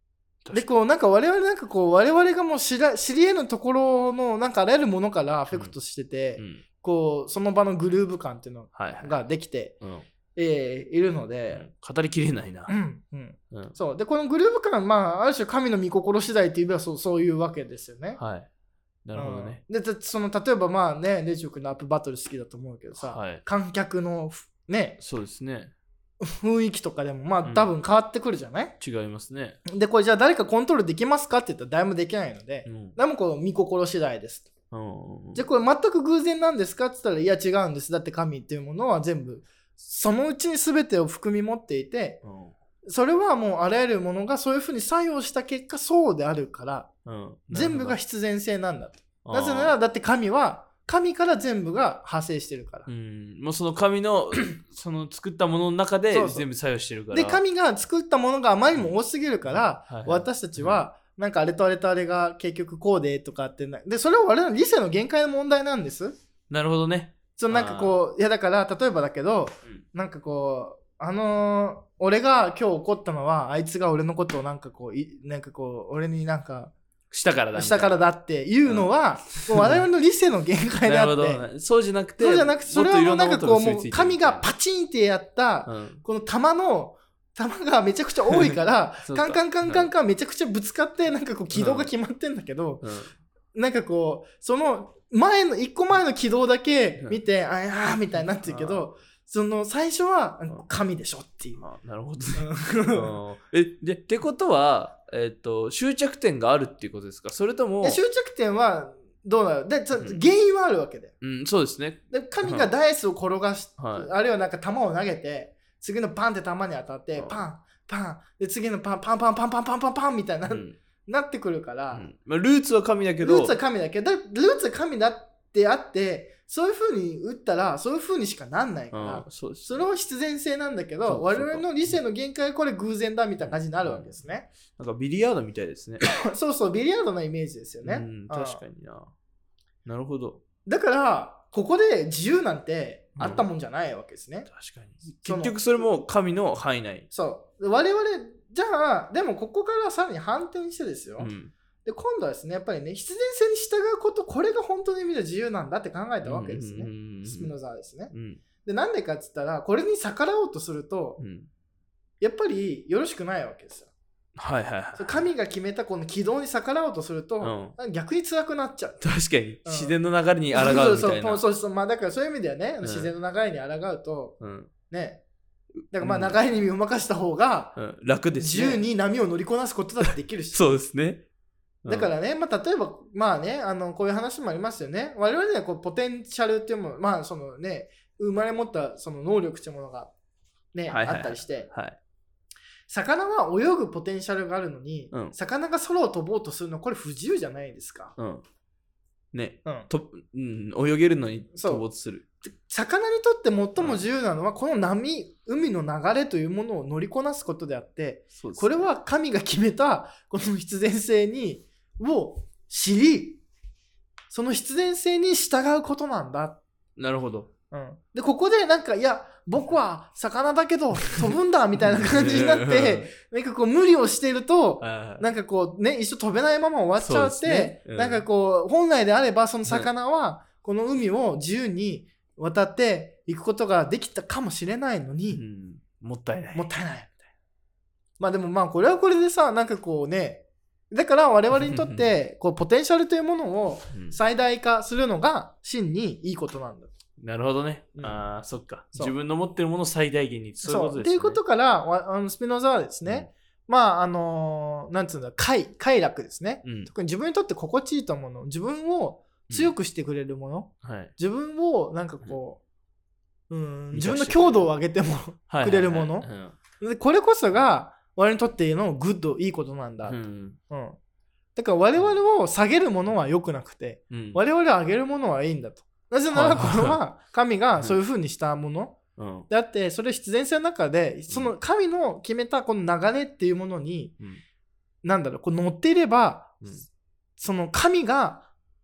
でこうなんか我々なんかこう我々がもう知り得ぬところのなんかあらゆるものからアフェクトしてて、こうその場のグルーヴ感っていうのができて、いるので、 語りきれないな。 そうでこのグルーヴ感、まあある種神の御心次第って言えばそういうわけですよね。 はい。なるほどね。 でその例えばまあねレジオ君のアップバトル好きだと思うけどさ、観客のね、 そうですね。 雰囲気とかでもまあ多分変わってくるじゃない？ 違いますね。 でこれじゃあ誰かコントロールできますかって言ったら誰もできないので、でもこう御心次第です。じゃあこれ全く偶然なんですかって言ったらいや違うんです。だって神っていうものは全部そのうちに全てを含み持っていて、それはもうあらゆるものがそういうふうに作用した結果そうであるから、全部が必然性なんだと。なぜならだって神から全部が派生してるから。 もうその神のその作ったものの中で全部作用してるから。 で神が作ったものがあまりにも多すぎるから、私たちはなんかあれとあれとあれが結局こうでとかってでそれは我々の理性の限界の問題なんです。 なるほどね。 なんかこういやだから例えばだけど、なんかこう俺が今日怒ったのはあいつが俺のことをなんかこう俺になんか下からだっていうのは、もう我々の理性の限界であって、 ね、そうじゃなくてそれはもうなんかこうもう神がパチンってやった、この弾がめちゃくちゃ多いからカンカンカンカンカンめちゃくちゃぶつかってなんかこう軌道が決まってんだけど、なんかこうその一個前の軌道だけ見て、ああみたいになってるけど、その最初は神でしょっていう。 なるほどね。でってことは、終着点があるっていうことですか？それとも終着点はどうなる？で原因はあるわけで。 そうですね。 で神がダイスを転がし、あるいはなんか球を投げて次のパンって球に当たってパンパンで次のパンパンパンパンパンパンパンパンみたいな、なってくるから、 ルーツは神だけどルーツは神だってあってそういう風に打ったらそういう風にしかなんないから、それは必然性なんだけど我々の理性の限界はこれ偶然だみたいな感じになるわけですね。 なんかビリヤードみたいですね。 そうビリヤードのイメージですよね。 確かになるほど。 だからここで自由なんてあったもんじゃないわけですね。 確かに結局それも神の範囲内。 そう我々じゃあでもここからさらに反転してですよ、で今度はですねやっぱりね必然性に従うことこれが本当の意味で自由なんだって考えたわけですね、スピノザはですね、でなんでかっつったらこれに逆らおうとすると、やっぱりよろしくないわけですよ。神が決めたこの軌道に逆らおうとすると、逆に辛くなっちゃう。 確かに、自然の流れに抗うみたいな。 そうまあだからそういう意味ではね、自然の流れに抗うと、ねだからまあ流れに身を任せた方が、 楽ですね。 自由に波を乗りこなすことだってできるし。 そうですね。 だからね、まあ、例えばまあねこういう話もありますよね。我々にはこうポテンシャルっていうもの、まあそのね生まれ持ったその能力っていうものがね、あったりして、魚は泳ぐポテンシャルがあるのに、魚が空を飛ぼうとするのこれ不自由じゃないですか。 ね、泳げるのに飛ぼうとする。 魚にとって最も自由なのはこの海の流れというものを乗りこなすことであって、これは神が決めたこの必然性を知り、その必然性に従うことなんだ。 なるほど。 でここでなんかいや僕は魚だけど飛ぶんだみたいな感じになってなんかこう無理をしているとなんかこうね一生飛べないまま終わっちゃって、なんかこう本来であればその魚はこの海を自由に渡っていくことができたかもしれないのに、 もったいないまあでもまあこれはこれでさなんかこうねだから我々にとってこうポテンシャルというものを最大化するのが真にいいことなんだ。 なるほどね。そっか。自分の持ってるものを最大限に。 そういうことですね。っていうことからスピノザはですね、まあなんつうんだ快楽ですね、特に自分にとって心地いいと思うの、自分を強くしてくれるもの、自分をなんかこう、自分の強度を上げてもくれるもの、これこそが我々にとってのグッドいいことなんだと、だから我々を下げるものは良くなくて、我々を上げるものはいいんだと。なぜならこれは神がそういう風にしたものであって、それ必然性の中でその神の決めたこの流れっていうものに、なんだろうこう乗っていれば、その神の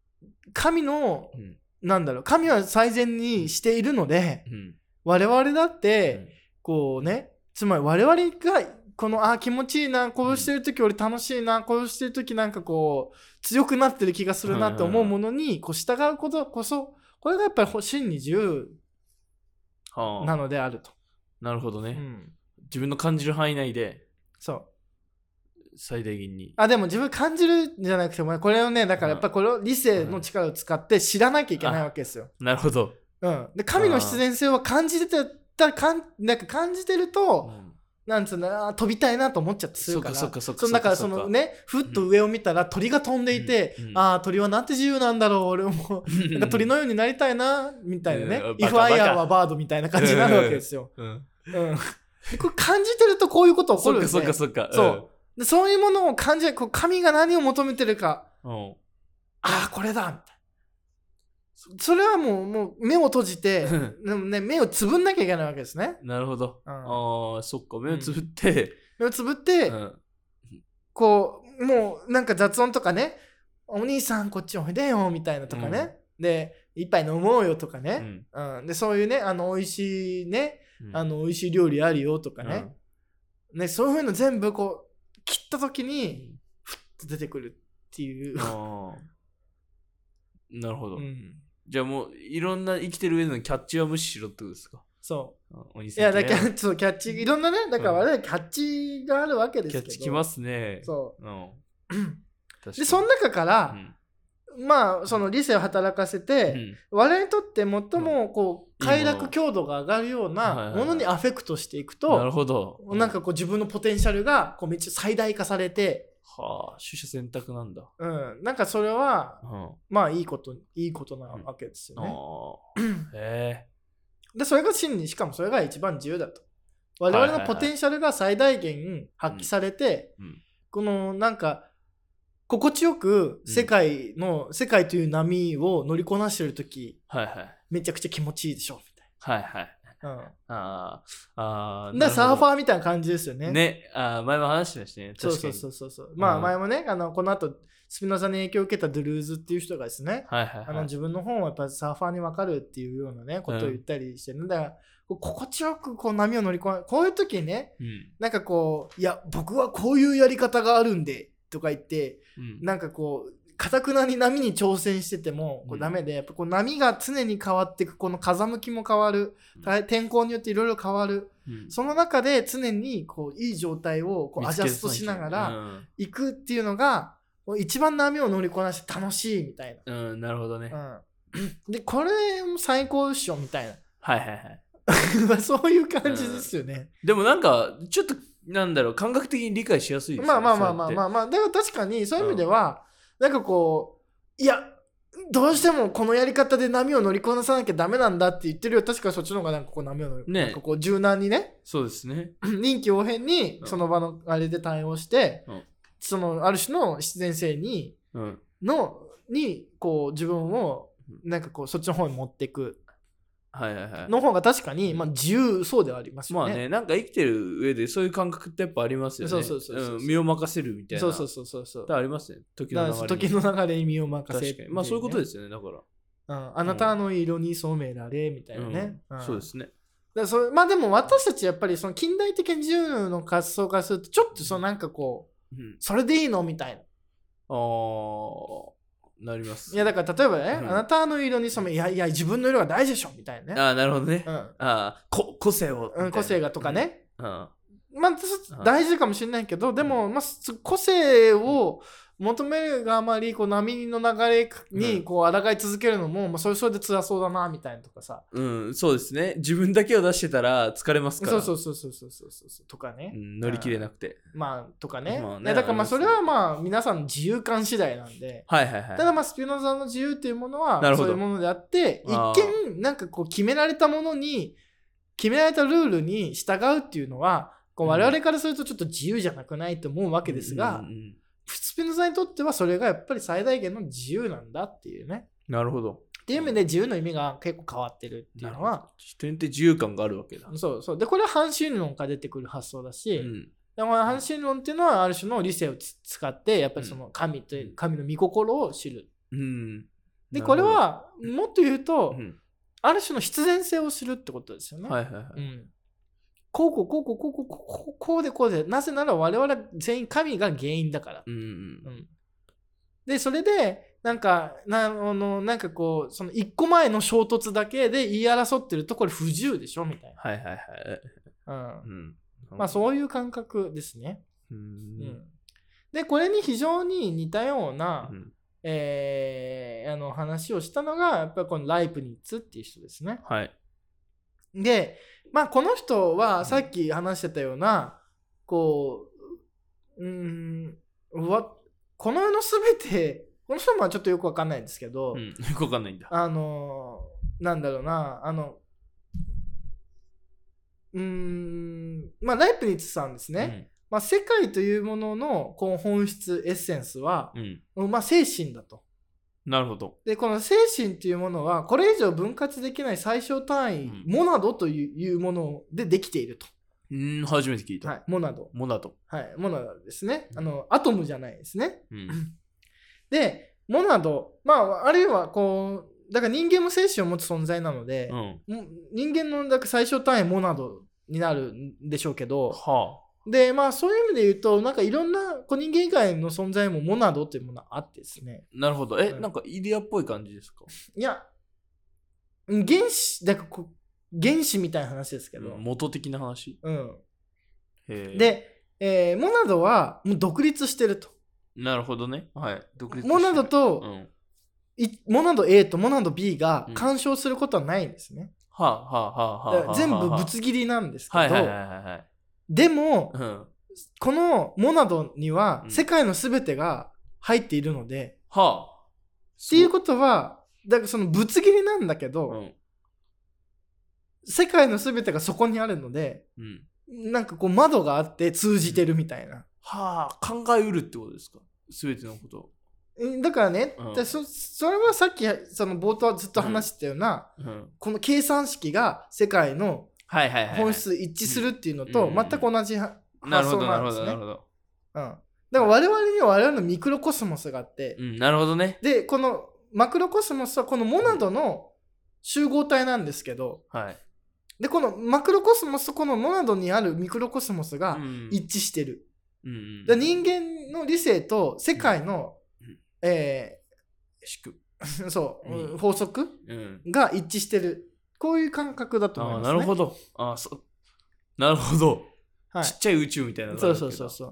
なんだろう神は最善にしているので、我々だってこうね、つまり我々がこの気持ちいいな、こうしてるとき俺楽しいな、こうしてるときなんかこう強くなってる気がするなって思うものにこう従うことこそ、これがやっぱり真に自由なのであると。 なるほどね、自分の感じる範囲内でそう最大限に。 でも自分感じるんじゃなくてもこれをね、だからやっぱこれを理性の力を使って知らなきゃいけないわけですよ。 なるほど。 で神の必然性を感じてたなんか感じてると、なんつうの飛びたいなと思っちゃってするから。だからそのね、ふっと上を見たら鳥が飛んでいて、鳥はなんて自由なんだろう、俺もなんか鳥のようになりたいなみたいなね。If I am a bird みたいな感じになるわけですよ。これ感じてるとこういうこと起こるんで。そうでそういうものを感じる、神が何を求めてるか、これだみたいな。それはもう目を閉じてね、目をつぶんなきゃいけないわけですね。 なるほど。そっか、目をつぶって、 こうもうなんか雑音とかね、お兄さんこっちおいでよみたいなとかね、で一杯飲もうよとかね、でそういうね、美味しいね、美味しい料理あるよとかね、そういうの全部こう切った時にふっと出てくるっていう。 なるほど。じゃあもういろんな生きてる上でのキャッチは無視しろってことですか。 そう。いやだからキャッチいろんなね、だから我々キャッチがあるわけですけど。 キャッチきますね。 そう。でその中から、まあその理性を働かせて、我々にとって最もこう快楽強度が上がるようなものにアフェクトしていくと、 なるほど。 なんかこう自分のポテンシャルがこうめっちゃ最大化されて。 取捨選択なんだ。 なんかそれは、まあいいことなわけですよね。でそれが真に、しかもそれが一番自由だと。我々のポテンシャルが最大限発揮されて、このなんか心地よく世界という波を乗りこなしてるとき、めちゃくちゃ気持ちいいでしょみたいな。だサーファーみたいな感じですよね。 前も話しましたね。 そう。まあ前もね、この後スピノザに影響を受けたドゥルーズっていう人がですね、自分の本をやっぱサーファーに分かるっていうようなね、ことを言ったりしてる。だから心地よくこう波を乗り越え、こういう時にね、なんかこう、いや僕はこういうやり方があるんでとか言って、なんかこう堅くなに波に挑戦しててもこうダメで、やっぱこう波が常に変わっていく、この風向きも変わる、天候によっていろいろ変わる、その中で常にこういい状態をこうアジャストしながら行くっていうのが一番波を乗りこなして楽しいみたいな。 なるほどね。 でこれも最高っしょみたいな。そういう感じですよね。 でもなんかちょっとなんだろう、感覚的に理解しやすいですね。 まあだから確かにそういう意味では、なんかこう、いやどうしてもこのやり方で波を乗りこなさなきゃダメなんだって言ってるよ。確かそっちの方がなんかこう波を乗り、なんかこう柔軟にね、 そうですね、 臨機応変にその場のあれで対応して、そのある種の必然性に、にこう自分をなんかこうそっちの方に持っていくの方が確かに、自由そうではありますよね。 なんか生きてる上でそういう感覚ってやっぱありますよね。身を任せるみたいな。そうありますね。時の流れに身を任せる。 そういうことですよね。だからあなたの色に染められみたいなね。 そうですね。 でも私たちやっぱりその近代的な自由の活動からするとちょっとなんかこう、それでいいのみたいな。 なります。 いやだから例えばね、あなたの色に染め、いや自分の色が大事でしょみたいなね。 なるほどね。個性を、 個性がとかね。大事かもしれないけど、でも個性を求めるがあまりこう波の流れにこう抗い続けるのも、それで辛そうだなみたいなとかさ。 そうですね。自分だけを出してたら疲れますから。 そうとかね。 乗り切れなくて。 とかね。だからそれは皆さんの自由感次第なんで。ただスピノザの自由っていうものはそういうものであって、一見なんかこう決められたルールに従うっていうのはこう我々からするとちょっと自由じゃなくないと思うわけですが、スピノザにとってはそれがやっぱり最大限の自由なんだっていうね。 なるほど。 っていう意味で自由の意味が結構変わってるっていうのは、 視点って自由感があるわけだ。 そうでこれは反心論から出てくる発想だし、だから反心論っていうのはある種の理性を使ってやっぱりその神の御心を知る。でこれはもっと言うと、ある種の必然性を知るってことですよね。 こうで、なぜなら我々全員神が原因だから。で、それで、なんかこう、その一個前の衝突だけで言い争ってると、これ不自由でしょみたいな。まあそういう感覚ですね。で、これに非常に似たような、話をしたのが、やっぱりこのライプニッツっていう人ですね。で、まあこの人はさっき話してたような、こう、この世のすべて、この人もちょっとよくわかんないんですけど、 よくわかんないんだ。 なんだろうな、まあライプニッツさんですね。まあ世界というもののこの本質、エッセンスは、まあ精神だと。 なるほど。 で、この精神というものは、これ以上分割できない最小単位、モナドというものでできていると。 初めて聞いた。 はい、モナド。はい、モナドですね。アトムじゃないですね。で、モナド、まあ、あるいはこう、だから人間も精神を持つ存在なので、人間のだから最小単位モナドになるんでしょうけど、で、まあそういう意味で言うと、なんかいろんな人間以外の存在もモナドというものがあってですね。 なるほど。なんかイデアっぽい感じですか？ いや、原子、だから原子みたいな話ですけど。 元的な話？ で、モナドはもう独立してると。 なるほどね。はい。独立してる。 モナドと、モナド A とモナド B が干渉することはないんですね。全部ぶつ切りなんですけど、でも、このモナドには世界のすべてが入っているので、っていうことは、だからそのぶつ切りなんだけど、世界のすべてがそこにあるので、なんかこう窓があって通じてるみたいな。 考えうるってことですか？すべてのこと。 だからね、それはさっきその冒頭ずっと話してたような、この計算式が世界の本質一致するっていうのと全く同じ発想なんですね。だから我々には我々のミクロコスモスがあって、 なるほどね。 で、このマクロコスモスはこのモナドの集合体なんですけど、で、このマクロコスモスとこのモナドにあるミクロコスモスが一致してる。だ人間の理性と世界の、法則が一致してる。こういう感覚だと思いますね。 なるほど。なるほど。ちっちゃい宇宙みたいな。 そう。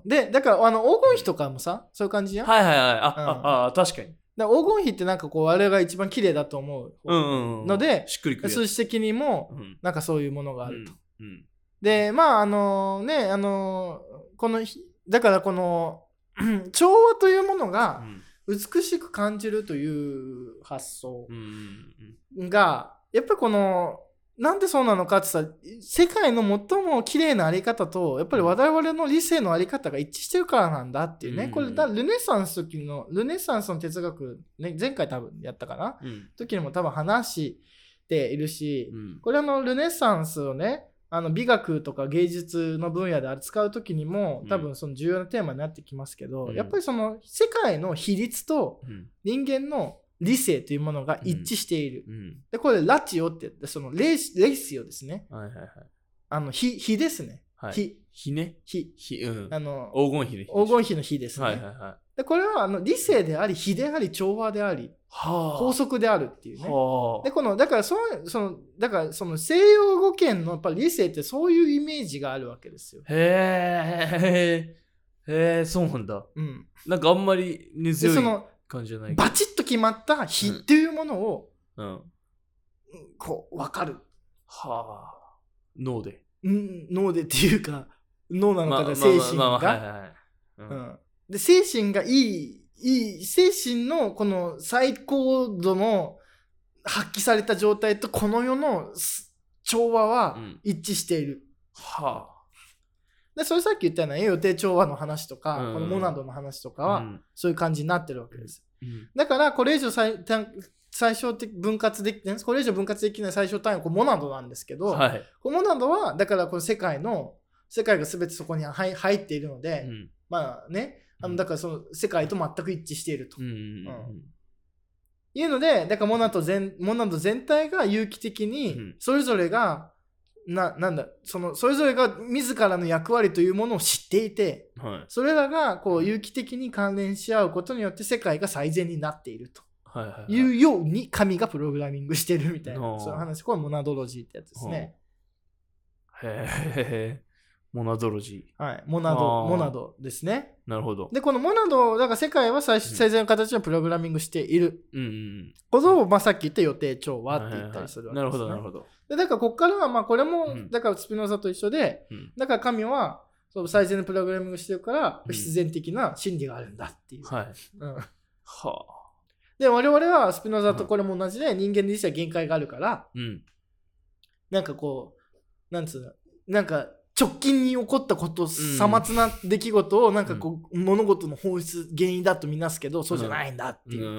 で、だから黄金比とかもさ、そういう感じじゃん。 確かに。 だ黄金比ってなんかこうあれが一番綺麗だと思うので、数字的にもなんかそういうものがあると。で、まあこのだからこの調和というものが美しく感じるという発想がやっぱりこのなんでそうなのかってさ、世界の最も綺麗なあり方とやっぱり我々の理性のあり方が一致してるからなんだっていうね。これルネサンスの哲学、ね、前回多分やったかな、時にも多分話しているし、これルネサンスをね、美学とか芸術の分野で扱う時にも多分その重要なテーマになってきますけど、やっぱりその世界の比率と人間の理性というものが一致している。で、これラチオって言って、そのレイシオですね。比ですね。 比ね。 比。 黄金比。 黄金比の比ですね。で、これは理性であり、比であり、調和であり、法則であるっていうね。で、だからその西洋語圏のやっぱり理性ってそういうイメージがあるわけですよ。 そうなんだ。なんかあんまり根強い感じじゃない。 バチッと決まった比っていうものを、こう、わかる。 脳で。 脳でっていうか、脳なのか精神が。で、精神が精神のこの最高度の発揮された状態とこの世の調和は一致している。でそれさっき言ったような予定調和の話とか、このモナドの話とかはそういう感じになってるわけです。だからこれ以上最小的分割できない、これ以上分割できない最小単位はモナドなんですけど、モナドはだからこの世界が全てそこに入っているので、まあね、だからその世界と全く一致していると。いうので、だからモナド全体が有機的にそれぞれがなんだそれぞれが自らの役割というものを知っていて、 はい、 それらがこう有機的に関連し合うことによって世界が最善になっているというように神がプログラミングしてるみたいな、そういう話。これモナドロジーってやつですね。 へー、モナドロジー。はい、モナドですね。 なるほど。 で、このモナド、だから世界は最善の形のプログラミングしている。 うんうん、 ことを、さっき言った予定調和って言ったりするわけです、ね。 なるほど、なるほど。 で、だからここからは、これも、だからスピノザと一緒で、だから神は、最善のプログラミングしてるから、必然的な真理があるんだっていう。 はい。はあ。 で、我々はスピノザとこれも同じで、人間に実は限界があるから、なんかこう、なんつうの、なんか直近に起こったこと、さまつな出来事を、なんかこう、物事の本質、原因だとみなすけど、そうじゃないんだっていう。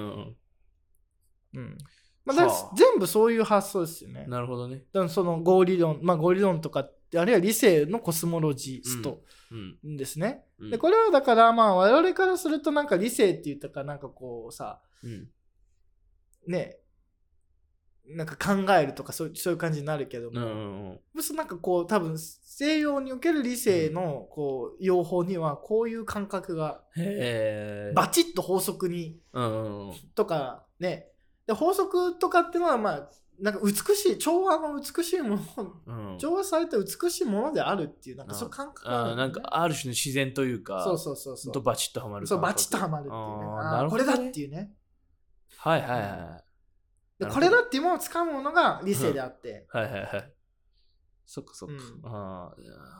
全部そういう発想ですよね。 なるほどね。 だからその合理論、合理論とか、あるいは理性のコスモロジストですね。でこれはだから我々からするとなんか理性って言ったかなんかこうさ、ね、なんか考えるとかそういう感じになるけども、なんかこう多分西洋における理性のこう用法にはこういう感覚がバチッと法則にとかね。で法則とかっていうのはなんか美しい調和の美しいもの、調和された美しいものであるっていうなんかそういう感覚がある、ね、 なんかある種の自然というかそうとバチッとはまるそうバチッとはまるっていうね、これだっていうね、 はいはいはい、 でこれだっていうものを掴むものが理性であって、 はいはいはい、そっかそっか、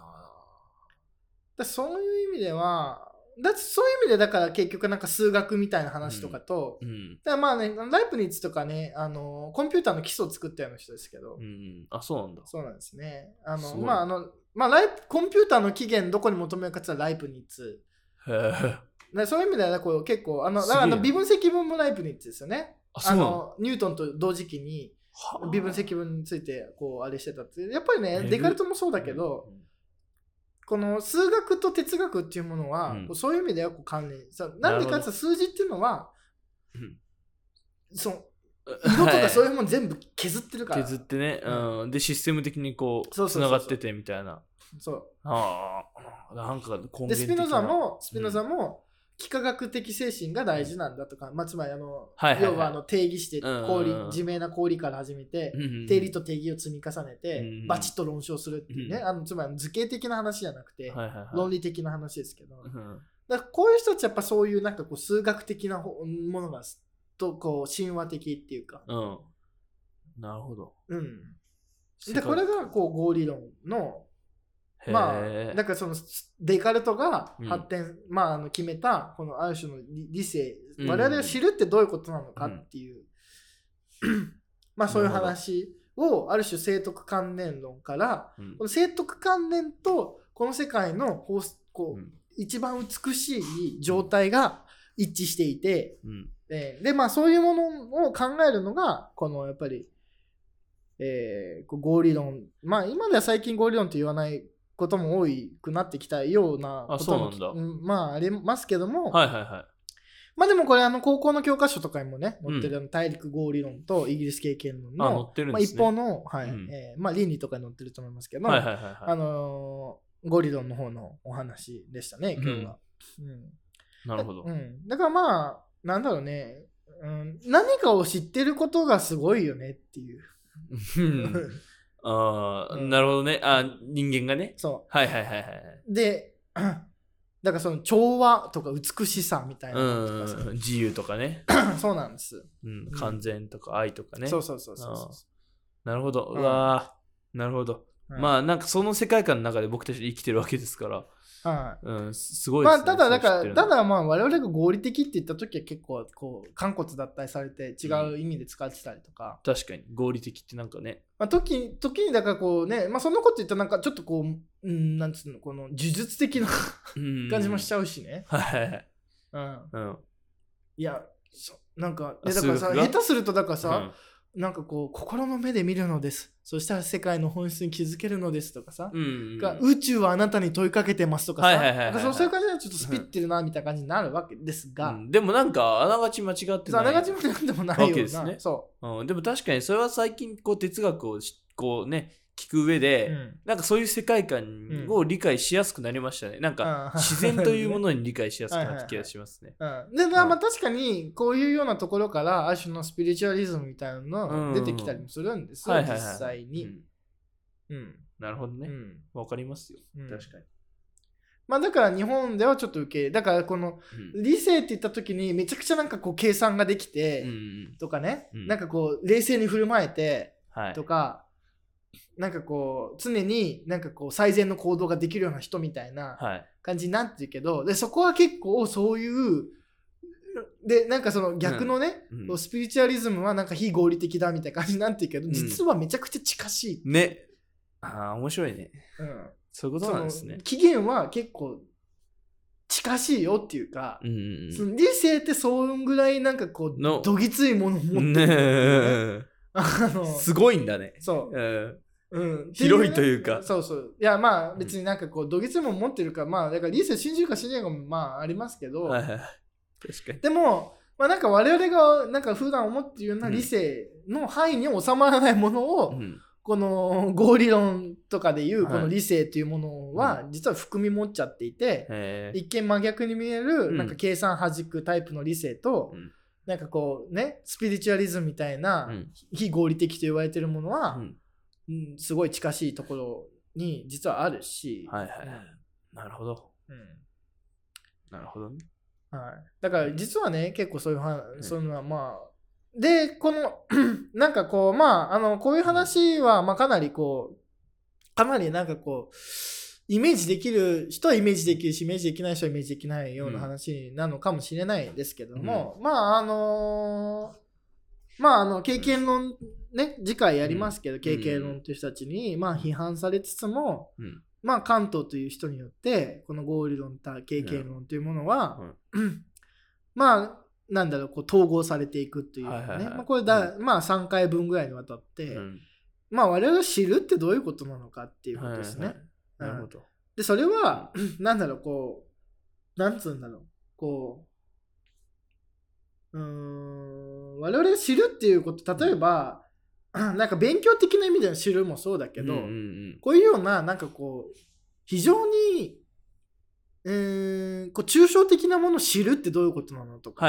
だそういう意味ではそういう意味でだから結局なんか数学みたいな話とかと、だからねライプニッツとかねコンピューターの基礎を作ったような人ですけど、 あそうなんだ。 そうなんですね。コンピューターの起源どこに求めるかって言ったらライプニッツ。そういう意味ではこう結構微分積分もライプニッツですよね。ニュートンと同時期に微分積分についてこうあれしてたってやっぱりねデカルトもそうだけど。この数学と哲学っていうものは、そういう意味ではこう関連なんでかって数字っていうのは、色とかそういうもの全部削ってるから、 削ってね、でシステム的にこうつながっててみたいな。なんか根源的な。でスピノザも幾何学的精神が大事なんだとか、つまり要は定義して自明な氷から始めて、定理と定義を積み重ねて、バチッと論証するっていうね、つまり図形的な話じゃなくて、論理的な話ですけど、だからこういう人たちやっぱそういうなんかこう数学的なものがとこう神話的っていうか、 なるほど。 でこれがこう合理論のだからそのデカルトが発展、決めたこのある種の理性、我々が知るってどういうことなのかっていう、そういう話をある種生徳観念論から、この生徳観念とこの世界のこう、一番美しい状態が一致していて、でそういうものを考えるのがこのやっぱり、合理論、今では最近合理論と言わないことも多くなってきたようなこともありますけども、でもこれ高校の教科書とかにもね載ってる大陸合理論とイギリス経験論の一方の倫理とかに載ってると思いますけど、合理論の方のお話でしたね今日は。 なるほど。 だからなんだろうね、何かを知ってることがすごいよねっていう。 なるほどね。人間がね。 そう。 はい。 で、だからその調和とか美しさみたいなのとか自由とかね。 そうなんです。 完全とか愛とかね。 そう。 なるほど。なるほど。なんかその世界観の中で僕たち生きてるわけですから。すごいですね。 ただ我々が合理的って言った時は結構こう肝骨脱退されて違う意味で使ってたりとか、 確かに合理的ってなんかね、 時にだからこうね、そんなこと言ったらなんかちょっとこうなんつうのこの呪術的な感じもしちゃうしね。いやなんかだからさ下手するとだからさ、なんかこう心の目で見るのです、そしたら世界の本質に気づけるのですとかさ、宇宙はあなたに問いかけてますとかさ、そういう感じでちょっとスピってるなみたいな感じになるわけですが、 でもなんかあながち間違ってないあながち間違ってもないようなわけですね。でも確かにそれは最近こう哲学をこうね聞く上で、なんかそういう世界観を理解しやすくなりましたね。なんか自然というものに理解しやすくなった気がしますね。 で、まあ確かにこういうようなところからある種のスピリチュアリズムみたいなの出てきたりもするんですよ、実際に。 なるほどね。わかりますよ。確かに。 まあだから日本ではちょっと受け入れ、だからこの理性って言った時にめちゃくちゃなんかこう計算ができてとかね、なんかこう冷静に振る舞えてとか、なんかこう常になんかこう最善の行動ができるような人みたいな感じになってるけど、でそこは結構そういうでなんかその逆のね、スピリチュアリズムはなんか非合理的だみたいな感じになってるけど、実はめちゃくちゃ近しいね。面白いね。そういうことなんですね。 起源は結構近しいよっていうか、その理性ってそんぐらいなんかこうどぎついものを持ってる、 すごいんだね。 そう、 広いというか。 そうそう。いやまあ別になんかこうどぎついもの持ってるか、まあだから理性信じるか信じないかもまあありますけど、 確かに。 でもまあなんか我々がなんか普段思っているような理性の範囲に収まらないものを、この合理論とかでいうこの理性というものは実は含み持っちゃっていて、一見真逆に見えるなんか計算弾くタイプの理性と、なんかこうねスピリチュアリズムみたいな非合理的と言われているものはすごい近しいところに実はあるし、 なるほど、なるほどね。 だから実はね結構そういうそういうのはまあでこのなんかこうまあこういう話はまあかなりこうかなりなんかこうイメージできる人はイメージできるしイメージできない人はイメージできないような話なのかもしれないですけども、まあ経験論ね次回やりますけど、経験論という人たちにまあ批判されつつも、まあ関東という人によってこの合理論と経験論というものは、まあなんだろうこう統合されていくというね、これまあ3回分ぐらいにわたって、まあ我々が知るってどういうことなのかっていうことですね。 なるほど。 でそれはなんだろうこうなんつうんだろうこう我々が知るっていうこと例えばなんか勉強的な意味での知るもそうだけど、こういうようななんかこう非常にこう抽象的なものを知るってどういうことなのとか、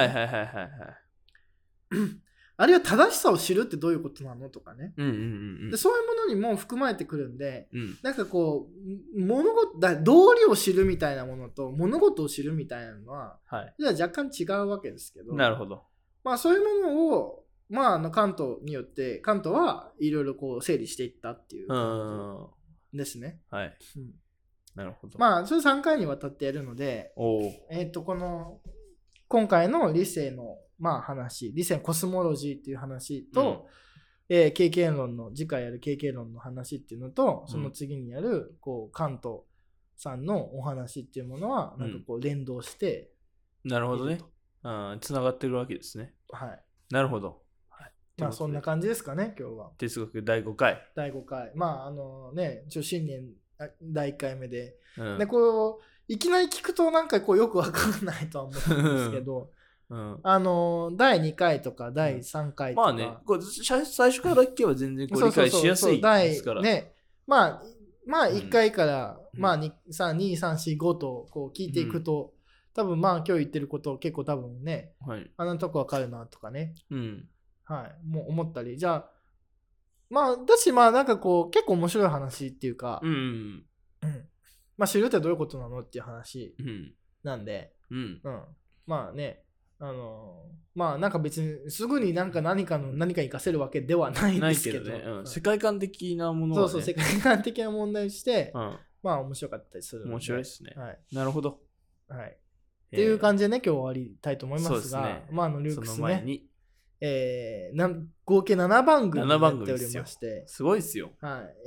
あるいは正しさを知るってどういうことなのとかね、でそういうものにも含まれてくるんで、なんかこう道理を知るみたいなものと物事を知るみたいなのは、じゃあ若干違うわけですけど、 なるほど。 まあそういうものをまあ関東によって関東はいろいろこう整理していったっていう感じですね。 なるほど。 まあそれ3回にわたってやるので、この今回の理性のまあ話、理性のコスモロジーっていう話と、経験論の次回やる経験論の話っていうのと、その次にやるこう関東さんのお話っていうものはなんかこう連動して、 なるほどね。つながってるわけですね。なるほど。 まあそんな感じですかね今日は。 哲学第5回。 第5回。まあね新年第1回目で、でこういきなり聞くとなんかこうよくわかんないとは思うんですけど第2回とか第3回とか、 まあねこれ最初から聞けば全然こう理解しやすいですからね。まあ1回から、まあ2、3、2、3、4、5とこう聞いていくと、多分まあ今日言ってること結構多分ね、あのとこわかるなとかね、もう思ったり、じゃあまあだしまあなんかこう結構面白い話っていうか、まあ知るってどういうことなのっていう話なんで、まあねまあなんか別にすぐに何かに活かせるわけではないんですけどね、 世界観的なものはね、 そう世界観的な問題をして、まあ面白かったりするので面白いですね、なるほど、 っていう感じでね今日終わりたいと思いますが、まあルークスね合計7番組になっておりまして、 すごいですよ。 ル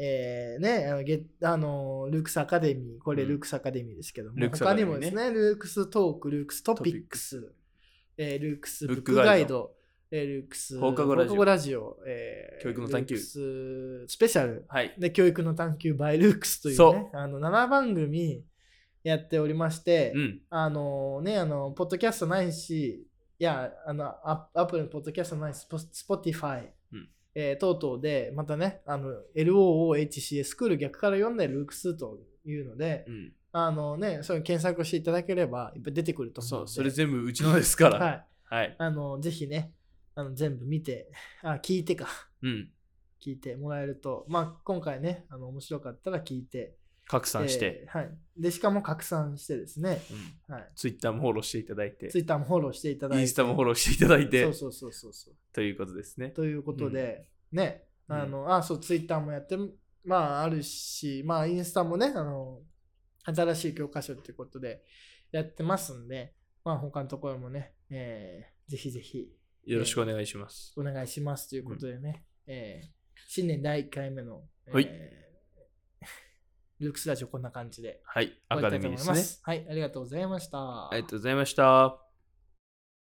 ークスアカデミー、これルークスアカデミーですけども、他にもですね、ルークストーク、ルークストピックス、ルークスブックガイド、ルークス放課後ラジオ、 教育の探求、 ルークススペシャル、で教育の探求 by ルークスというね、7番組やっておりまして、ポッドキャストないし、いや、アップルのポッドキャストないし、Spotify、 等々で、またね、LOOHCA スクール逆から読んでルークスというので、それ検索していただければ、いっぱい出てくると思うので。 それ全部うちのですから。 はい。ぜひね、全部見て、聞いてか。聞いてもらえると、今回ね、面白かったら聞いて、 拡散して、 でしかも拡散してですね、 ツイッターもフォローしていただいて、 ツイッターもフォローしていただいて、 インスタもフォローしていただいて、 そうということですね。 ということで、ね、そう、ツイッターもやって、あるし、インスタもね、新しい教科書ということでやってますんで、他のところもね、ぜひぜひよろしくお願いします。 お願いしますということでね、新年第1回目の、ルークスラジオこんな感じで。 はい、アカデミーですね。 はい、ありがとうございました。 ありがとうございました。